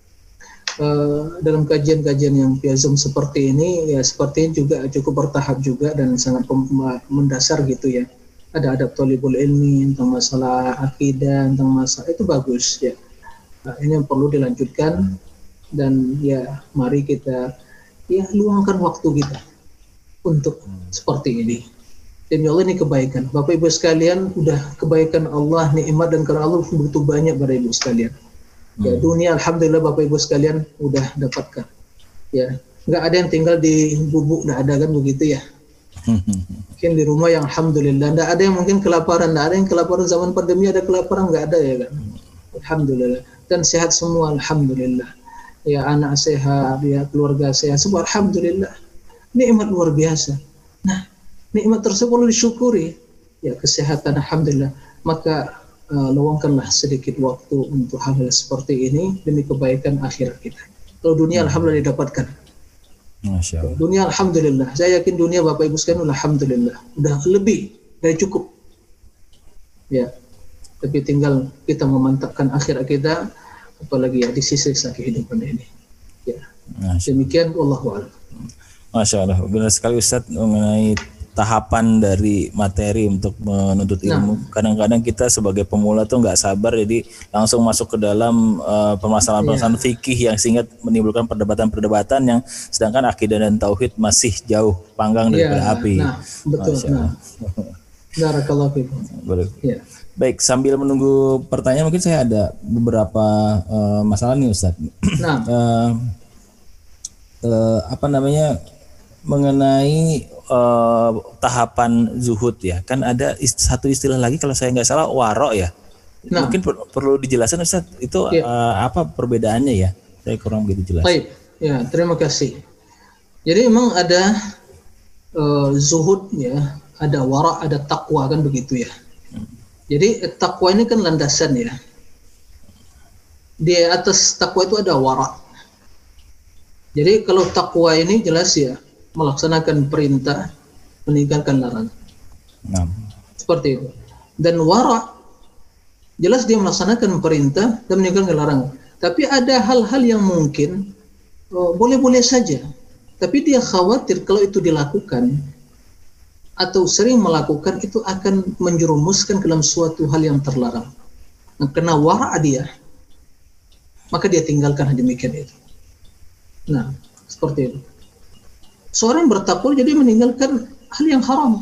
uh, dalam kajian-kajian yang Piazum seperti ini, ya seperti ini juga cukup bertahap juga dan sangat mendasar gitu ya. Ada adab thalibul ilmi tentang masalah akidah, tentang masalah itu bagus ya. Nah, ini yang perlu dilanjutkan dan ya mari kita ya luangkan waktu kita untuk hmm. seperti ini. Demi Allah ini kebaikan. Bapak Ibu sekalian, udah kebaikan Allah, nikmat dan karena Allah begitu banyak Bapak Ibu sekalian. Hmm. Ya dunia alhamdulillah Bapak Ibu sekalian udah dapatkan. Ya, nggak ada yang tinggal di gubuk, nggak ada kan begitu ya. Mungkin di rumah yang alhamdulillah, nggak ada yang mungkin kelaparan, nggak ada yang kelaparan zaman pandemi ada kelaparan, nggak ada ya kan. Alhamdulillah. Dan sehat semua alhamdulillah. Ya anak sehat, ya keluarga sehat, semua alhamdulillah. Nikmat luar biasa. Nah, nikmat tersebut perlu disyukuri. Ya, kesehatan alhamdulillah. Maka uh, luangkanlah sedikit waktu untuk hal-hal seperti ini demi kebaikan akhirat kita. Kalau dunia alhamdulillah didapatkan. Masya Allah. Dunia alhamdulillah. Saya yakin dunia Bapak Ibu sekalian alhamdulillah udah lebih dari cukup. Ya. Tapi tinggal kita memantapkan akhirat kita, apalagi ya di sisi kehidupan ini. Ya. Demikian wallahu a'lam. Masya Allah, benar sekali Ustaz mengenai tahapan dari materi untuk menuntut ilmu. Kadang-kadang kita sebagai pemula tuh nggak sabar, jadi langsung masuk ke dalam uh, permasalahan-permasalahan fikih yang sehingga menimbulkan perdebatan-perdebatan yang sedangkan akidah dan tauhid masih jauh panggang daripada Ya, api. nah, betul. Nah. Barakallahu fikum. Boleh. Ya. Baik, sambil menunggu pertanyaan mungkin saya ada beberapa uh, masalah nih Ustaz. Nah, uh, uh, apa namanya mengenai uh, tahapan zuhud ya, kan ada ist- satu istilah lagi kalau saya nggak salah waro ya. Nah. Mungkin per- perlu dijelaskan Ustaz itu Ya. uh, apa perbedaannya ya? Saya kurang begitu jelas. baik. Ya, terima kasih. Jadi memang ada uh, zuhud ya, ada wara, ada takwa kan begitu ya. Jadi takwa ini kan landasan ya. Di atas takwa itu ada wara. Jadi kalau takwa ini jelas ya, melaksanakan perintah, meninggalkan larangan. Nah. Seperti itu. Dan wara jelas dia melaksanakan perintah dan meninggalkan larangan. Tapi ada hal-hal yang mungkin oh, boleh-boleh saja. Tapi dia khawatir kalau itu dilakukan atau sering melakukan itu akan menjerumuskan ke dalam suatu hal yang terlarang. Nah, kena wara dia, maka dia tinggalkan hal demikian itu. Nah, seperti itu. Seorang bertakwa jadi meninggalkan hal yang haram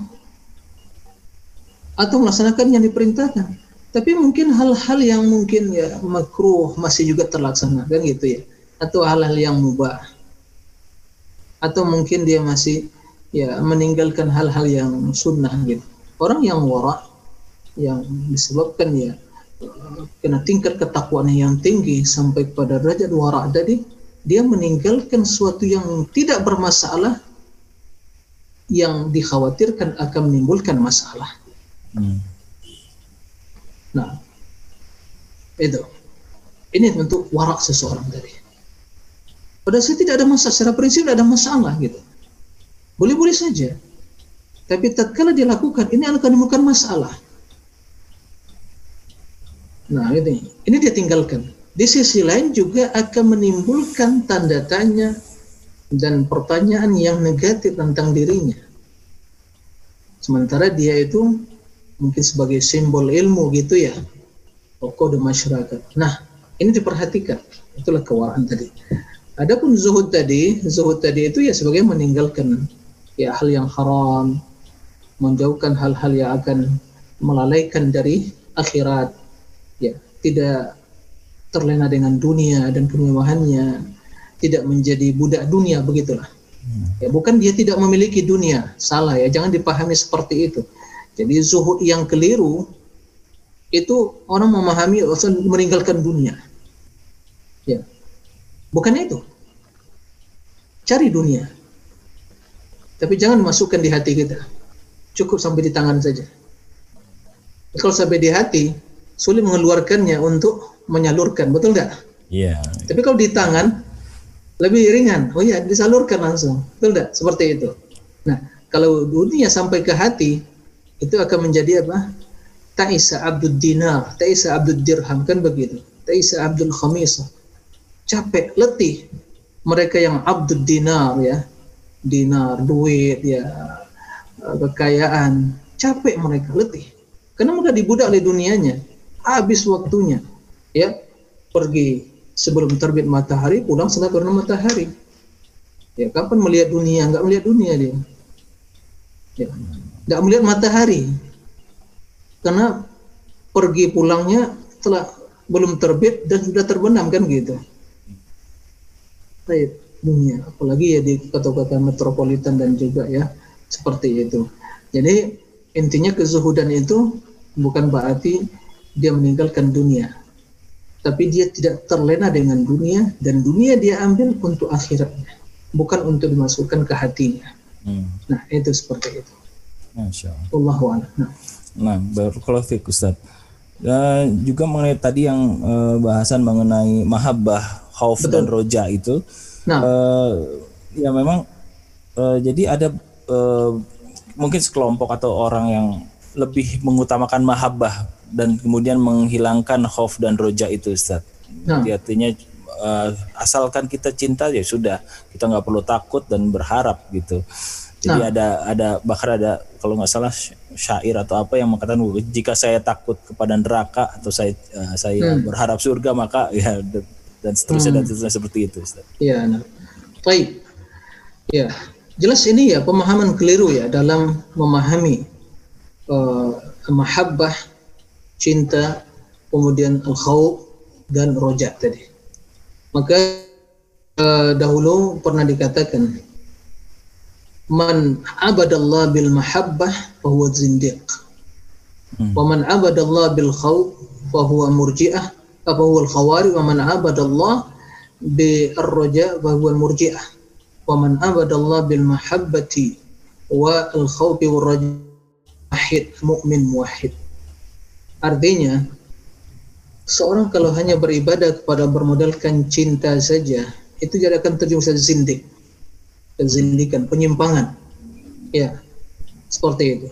atau melaksanakan yang diperintahkan. Tapi mungkin hal-hal yang mungkin ya makruh masih juga terlaksana kan gitu ya. Atau hal-hal yang mubah. Atau mungkin dia masih ya meninggalkan hal-hal yang sunnah gitu. Orang yang wara yang disebabkan ya kena tingkat ketakwaan yang tinggi sampai kepada derajat wara tadi, dia meninggalkan sesuatu yang tidak bermasalah yang dikhawatirkan akan menimbulkan masalah. Hmm. Nah, itu. Ini bentuk warak seseorang tadi. Pada saat tidak ada masalah, secara prinsip tidak ada masalah gitu. Boleh-boleh saja. Tapi tatkala dilakukan, ini akan menimbulkan masalah. Nah, ini, ini dia tinggalkan. Di sisi lain juga akan menimbulkan tanda tanya dan pertanyaan yang negatif tentang dirinya. Sementara dia itu mungkin sebagai simbol ilmu gitu ya, tokoh di masyarakat. Nah, ini diperhatikan. Itulah kewaraan tadi. Adapun zuhud tadi, zuhud tadi itu ya sebagai meninggalkan ya hal yang haram, menjauhkan hal-hal yang akan melalaikan dari akhirat. Ya, tidak terlena dengan dunia dan kemewahannya, tidak menjadi budak dunia, begitulah. Ya, bukan dia tidak memiliki dunia, salah ya, jangan dipahami seperti itu. Jadi zuhud yang keliru itu orang memahami maksud meninggalkan dunia. Ya. Bukan itu. Cari dunia. Tapi jangan masukkan di hati kita. Cukup sampai di tangan saja. Kalau sampai di hati, sulit mengeluarkannya untuk menyalurkan, betul enggak? Iya. Tapi kalau di tangan lebih ringan. Oh iya, disalurkan langsung. Betul enggak? Seperti itu. Nah, kalau dunia sampai ke hati, itu akan menjadi apa? Ta'isa abdud dinar, ta'isa abdud dirham, kan begitu. Ta'isa abdul khamisah. Capek, letih. Mereka yang abdud dinar ya, dinar, duit ya, kekayaan, capek mereka, letih. Karena mereka dibudak oleh dunianya, habis waktunya, ya, pergi sebelum terbit matahari, pulang setelah turun matahari. Ya, kapan melihat dunia? Enggak melihat dunia dia. Ya, enggak melihat matahari. Karena pergi pulangnya setelah belum terbit dan sudah terbenam kan gitu. Baik, dunia, apalagi ya di kota-kota metropolitan dan juga ya seperti itu. Jadi intinya kezuhudan itu bukan berarti dia meninggalkan dunia, tapi dia tidak terlena dengan dunia dan dunia dia ambil untuk akhiratnya, bukan untuk dimasukkan ke hatinya. Hmm. Nah itu seperti itu. Masya Allah. Allahu a'lam. Nah, nah barakallahu fiik Ustaz. Dan juga mengenai tadi yang uh, bahasan mengenai mahabbah, khauf dan roja itu, nah, uh, ya memang uh, jadi ada uh, mungkin sekelompok atau orang yang lebih mengutamakan mahabbah dan kemudian menghilangkan khauf dan roja itu Ustaz. Nah. Jadi artinya uh, asalkan kita cinta ya sudah, kita nggak perlu takut dan berharap gitu. Jadi Nah. ada ada bahkan ada kalau nggak salah syair atau apa yang mengatakan jika saya takut kepada neraka atau saya uh, saya Hmm. berharap surga maka ya dan seterusnya dan Hmm. seterusnya seperti itu, Ustaz. Ya, nah. Baik. Ya, jelas ini ya pemahaman keliru ya dalam memahami uh, mahabbah, cinta, kemudian al-khawf dan roja tadi. Maka uh, dahulu pernah dikatakan man abadallah bil mahabbah fahuwa zindiq. Hmm. Wa man abadallah bil khawf fahuwa murji'ah. Apa huwa al-khawari wa man abadallah bi ar-raja wa huwa al-murji'ah. Wa man abadallah bil mahabbati wa al-khawfi wa ar-raja wahid mu'min muwahhid. Artinya seorang kalau hanya beribadah kepada bermodalkan cinta saja itu tidak akan terjerumus zindik, kezindikan, penyimpangan. Ya, seperti itu.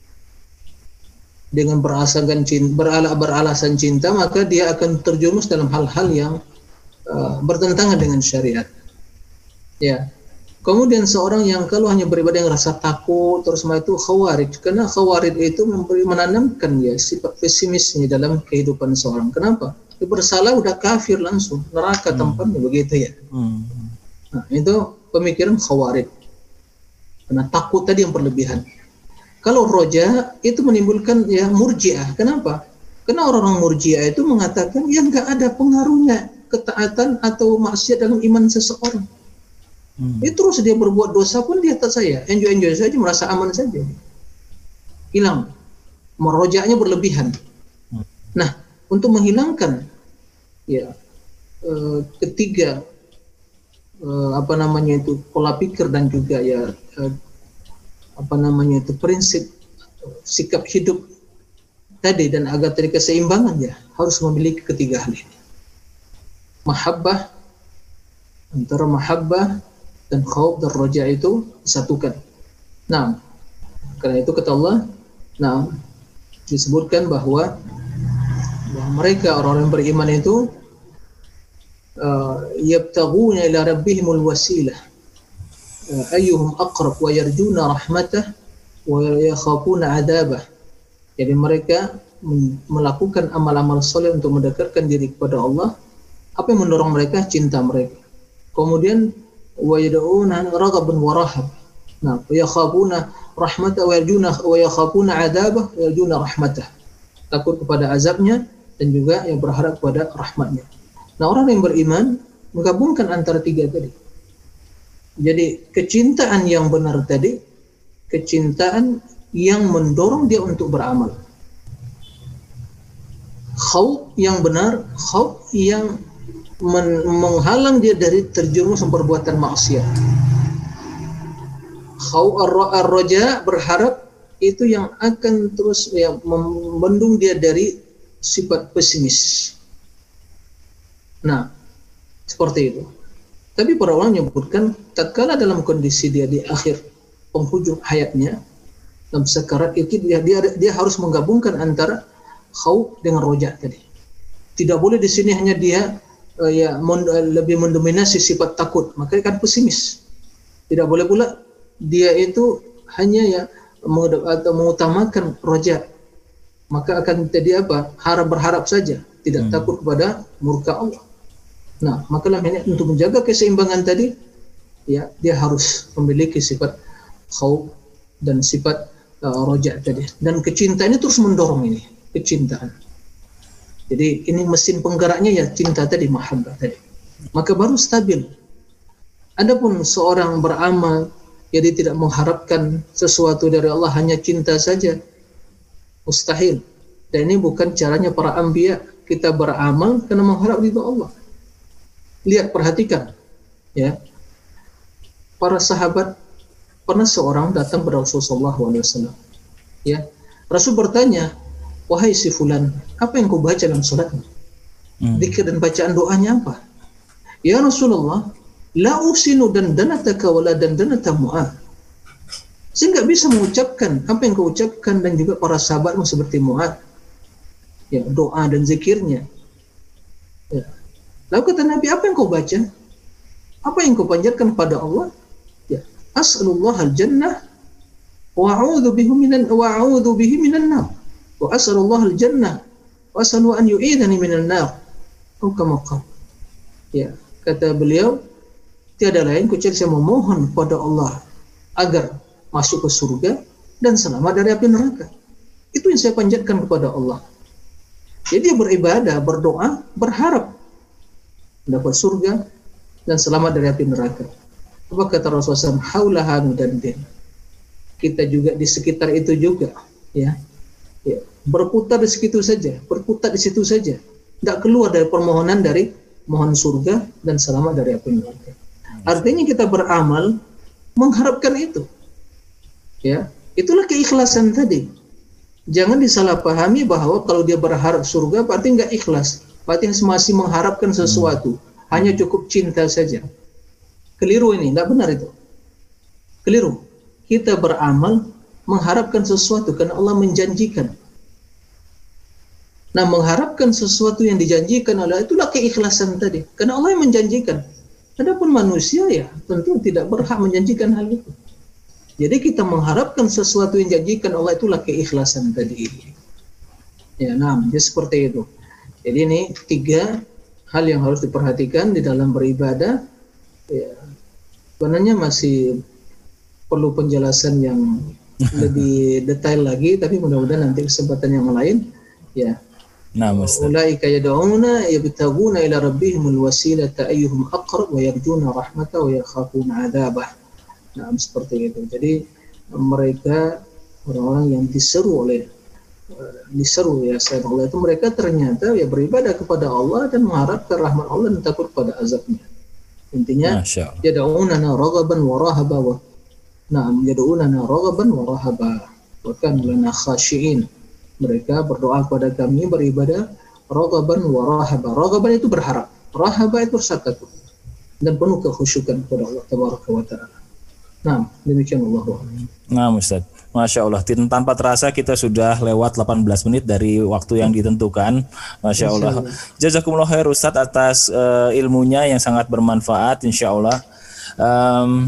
Dengan beralasan cinta, berala, beralasan cinta, maka dia akan terjerumus dalam hal-hal yang uh, bertentangan dengan syariat. Ya. Kemudian seorang yang kalau hanya beribadah yang rasa takut terus semua itu khawarij, karena khawarij itu memberi menanamkan ya sifat pesimisnya dalam kehidupan seorang. Kenapa? Dia bersalah udah kafir langsung, neraka tempatnya, begitu ya. Hmm. Nah, itu pemikiran khawarij. Karena takut tadi yang berlebihan. Kalau roja itu menimbulkan ya murjiah. Kenapa? Karena orang-orang murjiah itu mengatakan ya nggak ada pengaruhnya ketaatan atau maksiat dalam iman seseorang. Hmm. Itu terus dia berbuat dosa pun dia tak saya, enjoy-enjoy saja, merasa aman saja. Hilang. Merojaknya berlebihan. Hmm. Nah, untuk menghilangkan ya e, ketiga e, apa namanya itu pola pikir dan juga ya e, apa namanya itu prinsip sikap hidup tadi dan agar tadi keseimbangan ya harus memiliki ketiga hal ini. Mahabbah, antara mahabbah dan khauf dan roja itu disatukan. Nah, karena itu kata Allah, nah disebutkan bahwa, bahwa mereka orang-orang beriman itu yabtaghuna ila rabbihimul wasilah ayyuhum aqrab wa yarjuna rahmatah wa yakhafuna adabah. Jadi mereka melakukan amal-amal soleh untuk mendekatkan diri kepada Allah. Apa yang mendorong mereka? Cinta mereka. Kemudian wa yad'una raghaban wa rahab. Nah, wa yakhafuna rahmatah wa yarjuna wa yakhafuna adabah wa yarjuna rahmatah. Takut kepada azabnya dan juga yang berharap kepada rahmatnya. Nah, orang yang beriman menggabungkan antara tiga tadi. Jadi kecintaan yang benar tadi, kecintaan yang mendorong dia untuk beramal. Khauf yang benar, khauf yang men- menghalang dia dari terjerumus perbuatan maksiat. Khauf ar-raja, berharap, itu yang akan terus ya, membendung dia dari sifat pesimis. Nah, seperti itu. Tapi para ulama menyebutkan tatkala dalam kondisi dia di akhir penghujung hayatnya dalam sekarat itu dia, dia dia harus menggabungkan antara khauf dengan roja tadi. Tidak boleh di sini hanya dia uh, ya mon, uh, lebih mendominasi sifat takut, maka kan pesimis. Tidak boleh pula dia itu hanya ya atau mengutamakan roja, maka akan jadi apa? Harap berharap saja, tidak hmm. takut kepada murka Allah. Nah, maka ini untuk menjaga keseimbangan tadi, ya dia harus memiliki sifat khauf dan sifat uh, roja tadi. Dan kecintaan ini terus mendorong ini, kecintaan. Jadi ini mesin penggeraknya ya cinta tadi, mahabbah tadi. Maka baru stabil. Adapun seorang beramal, ya dia tidak mengharapkan sesuatu dari Allah, hanya cinta saja, mustahil. Dan ini bukan caranya para anbiya. Kita beramal karena mengharap ridha Allah. Lihat, perhatikan, ya. Para sahabat, pernah seorang datang kepada Rasulullah shallallahu alaihi wasallam. Ya, Rasul bertanya, wahai si fulan, apa yang kau baca dalam salatmu? Hmm. Zikir dan bacaan doanya apa? Ya Rasulullah, la usinu dan danataka wala dan danata Mu'ad. Saya nggak bisa mengucapkan apa yang kau ucapkan dan juga para sahabatmu seperti Mu'ad. Ya, doa dan zikirnya. Ya. Lalu kata Nabi, apa yang kau baca? Apa yang kau panjatkan pada Allah? Ya. as'alullah al-jannah wa a'udzu bihi minan wa a'udzu bihi minan nar wa as'alullah al-jannah wa as'alu an yu'idhani minan nar. Oh, kama qala. Ya, kata beliau, tiada lain kecuali saya memohon kepada Allah agar masuk ke surga dan selamat dari api neraka. Itu yang saya panjatkan kepada Allah. Jadi beribadah, berdoa, berharap mendapat surga dan selamat dari api neraka. Apa kata Rasulullah shallallahu alaihi wasallam? Haulaha nudaddin. Kita juga di sekitar itu juga, ya, ya, berputar di situ saja, berputar di situ saja, tidak keluar dari permohonan dari mohon surga dan selamat dari api neraka. Artinya kita beramal mengharapkan itu, ya, itulah keikhlasan tadi. Jangan disalahpahami bahwa kalau dia berharap surga berarti nggak ikhlas, berarti masih mengharapkan sesuatu, hanya cukup cinta saja. Keliru ini, nggak benar itu. Keliru. Kita beramal mengharapkan sesuatu karena Allah menjanjikan. Nah, mengharapkan sesuatu yang dijanjikan oleh itulah keikhlasan tadi. Karena Allah yang menjanjikan. Adapun manusia ya tentu tidak berhak menjanjikan hal itu. Jadi kita mengharapkan sesuatu yang dijanjikan Allah itulah keikhlasan tadi. Ya, nah, jadi seperti itu. Jadi ini tiga hal yang harus diperhatikan di dalam beribadah. Ya, sebenarnya masih perlu penjelasan yang lebih detail lagi, tapi mudah-mudahan nanti kesempatan yang lain. Ya. Nah, Ustaz. Ulaika yad'una yabtaguna ila rabbihimul wasilata ayyuhum aqrab wa yarjuna rahmatahu wa yakhafuna 'adzabah. Nah, seperti itu. Jadi mereka orang-orang yang diseru oleh diseru ya sayang Allah itu mereka ternyata ya beribadah kepada Allah dan mengharapkan rahmat Allah dan takut pada azabnya. Intinya yad'unana raghaban wa rahaba wa na'am yad'unana raghaban wa rahaba wa kanu lana khashi'in. Mereka berdoa kepada kami beribadah raghaban wa rahaba. Raghaban itu berharap, rahaba itu rasa takut dan penuh kekhusyukan kepada Allah tabaraka wa taala. Nah, demikian Allah. Nah, Ustaz, Masya Allah, tanpa terasa kita sudah lewat delapan belas menit dari waktu yang ditentukan. Masya Allah. Jazakumullah khair Ustaz atas uh, ilmunya yang sangat bermanfaat, insya Allah. Um,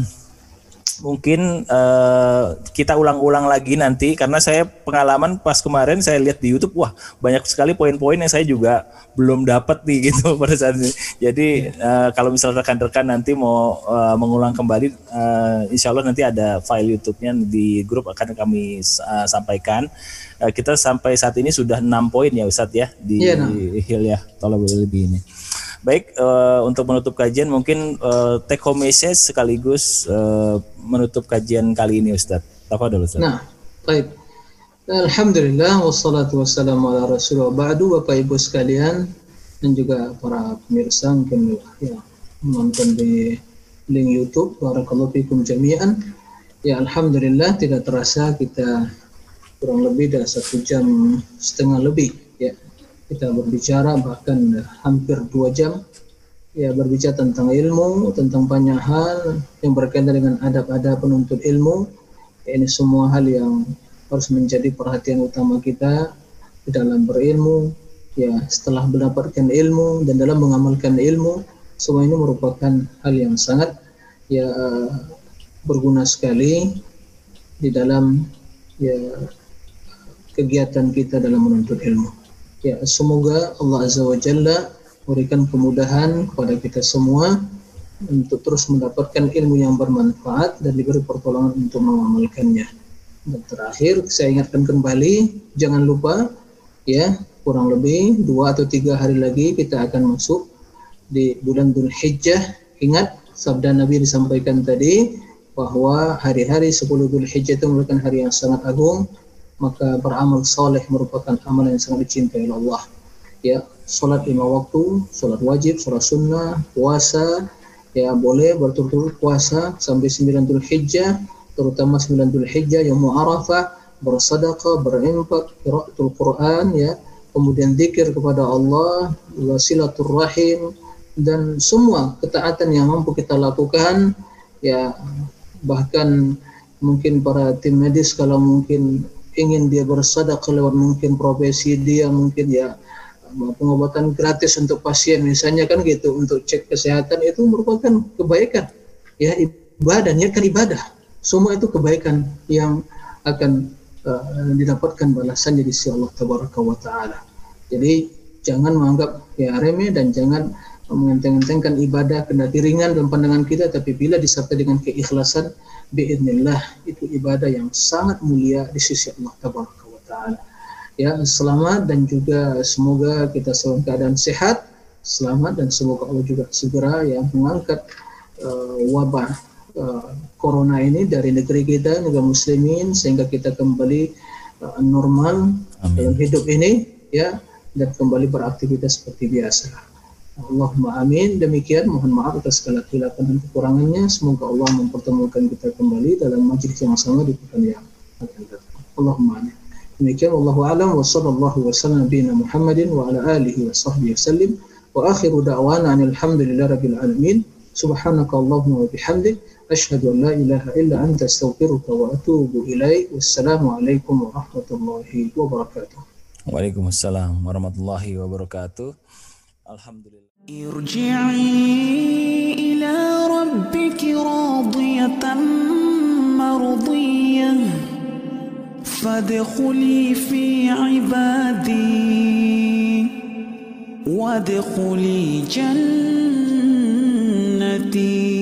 mungkin uh, kita ulang-ulang lagi nanti, karena saya pengalaman pas kemarin saya lihat di YouTube, wah banyak sekali poin-poin yang saya juga belum dapat nih gitu pada saat ini. Jadi uh, kalau misalnya rekan-rekan nanti mau uh, mengulang kembali, uh, insya Allah nanti ada file YouTube-nya di grup akan kami uh, sampaikan. Uh, kita sampai saat ini sudah enam poin ya Ustadz ya di yeah, no. Hilyah Thalabul Ilmi ini. Baik, uh, untuk menutup kajian mungkin uh, take home message sekaligus uh, menutup kajian kali ini Ustadz. Tafadhol Ustadz. Nah, baik. Alhamdulillah wassalatu wassalamu ala Rasulullah ba'du. Bapak Ibu sekalian dan juga para pemirsa mungkin ya menonton di link YouTube, barakallahu fikum jami'an. Ya alhamdulillah tidak terasa kita kurang lebih dari satu jam setengah lebih ya. Kita berbicara bahkan hampir dua jam ya berbicara tentang ilmu, tentang banyak hal yang berkaitan dengan adab-adab penuntut ilmu. Ya, ini semua hal yang harus menjadi perhatian utama kita di dalam berilmu. Ya, setelah mendapatkan ilmu dan dalam mengamalkan ilmu, semua ini merupakan hal yang sangat ya berguna sekali di dalam ya kegiatan kita dalam menuntut ilmu. Ya, semoga Allah Azza wa Jalla berikan kemudahan kepada kita semua untuk terus mendapatkan ilmu yang bermanfaat dan diberi pertolongan untuk mengamalkannya. Dan terakhir saya ingatkan kembali, jangan lupa ya kurang lebih dua atau tiga hari lagi kita akan masuk di bulan Dzul Hijjah. Ingat sabda Nabi disampaikan tadi bahwa hari-hari sepuluh Dzul Hijjah itu merupakan hari yang sangat agung. Maka beramal soleh merupakan amal yang sangat dicintai oleh Allah. Ya, sholat lima waktu, sholat wajib, sholat sunnah, puasa, ya boleh berturut-turut puasa sampai sembilan Dzul Hijjah, terutama sembilan Dzul Hijjah yang Arafah, bersedekah, berinfak, qiraatul Quran, ya, kemudian zikir kepada Allah, wasilaturrahim, dan semua ketaatan yang mampu kita lakukan, ya bahkan mungkin para tim medis kalau mungkin ingin dia bersedekah lewat mungkin profesi dia mungkin ya pengobatan gratis untuk pasien misalnya kan gitu untuk cek kesehatan itu merupakan kebaikan ya ibadah niatkan ibadah Semua itu kebaikan yang akan uh, didapatkan balasannya di sisi Allah Tabaraka wa Ta'ala. Jadi jangan menganggap ya remeh dan jangan mengenteng-entengkan ibadah kendati ringan dalam pandangan kita, tapi bila disertai dengan keikhlasan, biidznillah itu ibadah yang sangat mulia di sisi Allah Tabaraka wa Ta'ala. Ya, selamat dan juga semoga kita selalu keadaan sehat, selamat, dan semoga Allah juga segera yang mengangkat uh, wabah uh, corona ini dari negeri kita, negara muslimin, sehingga kita kembali uh, normal Amin. Dalam hidup ini, ya, dan kembali beraktivitas seperti biasa. Allahumma amin. Demikian, mohon maaf atas segala kesilapan dan kekurangannya. Semoga Allah mempertemukan kita kembali dalam majelis yang sama di pekan yang akan datang. Allahumma amin. Demikian, wallahu a'lam wa sallallahu wa sallam nabiyina Muhammadin wa ala alihi wa sahbihi wasallim wa akhiru da'wana alhamdulillahi rabbil alamin. Subhanaka Allahumma wa bihamdik asyhadu an la ilaha illa anta astaghfiruka wa atubu ilaik. Wassalamu alaikum warahmatullahi wabarakatuh. Waalaikumsalam warahmatullahi wabarakatuh. Alhamdulillah. Irji'i ila rabbiki radiyatan mardiyah فادخلي في عبادي وادخلي جنتي.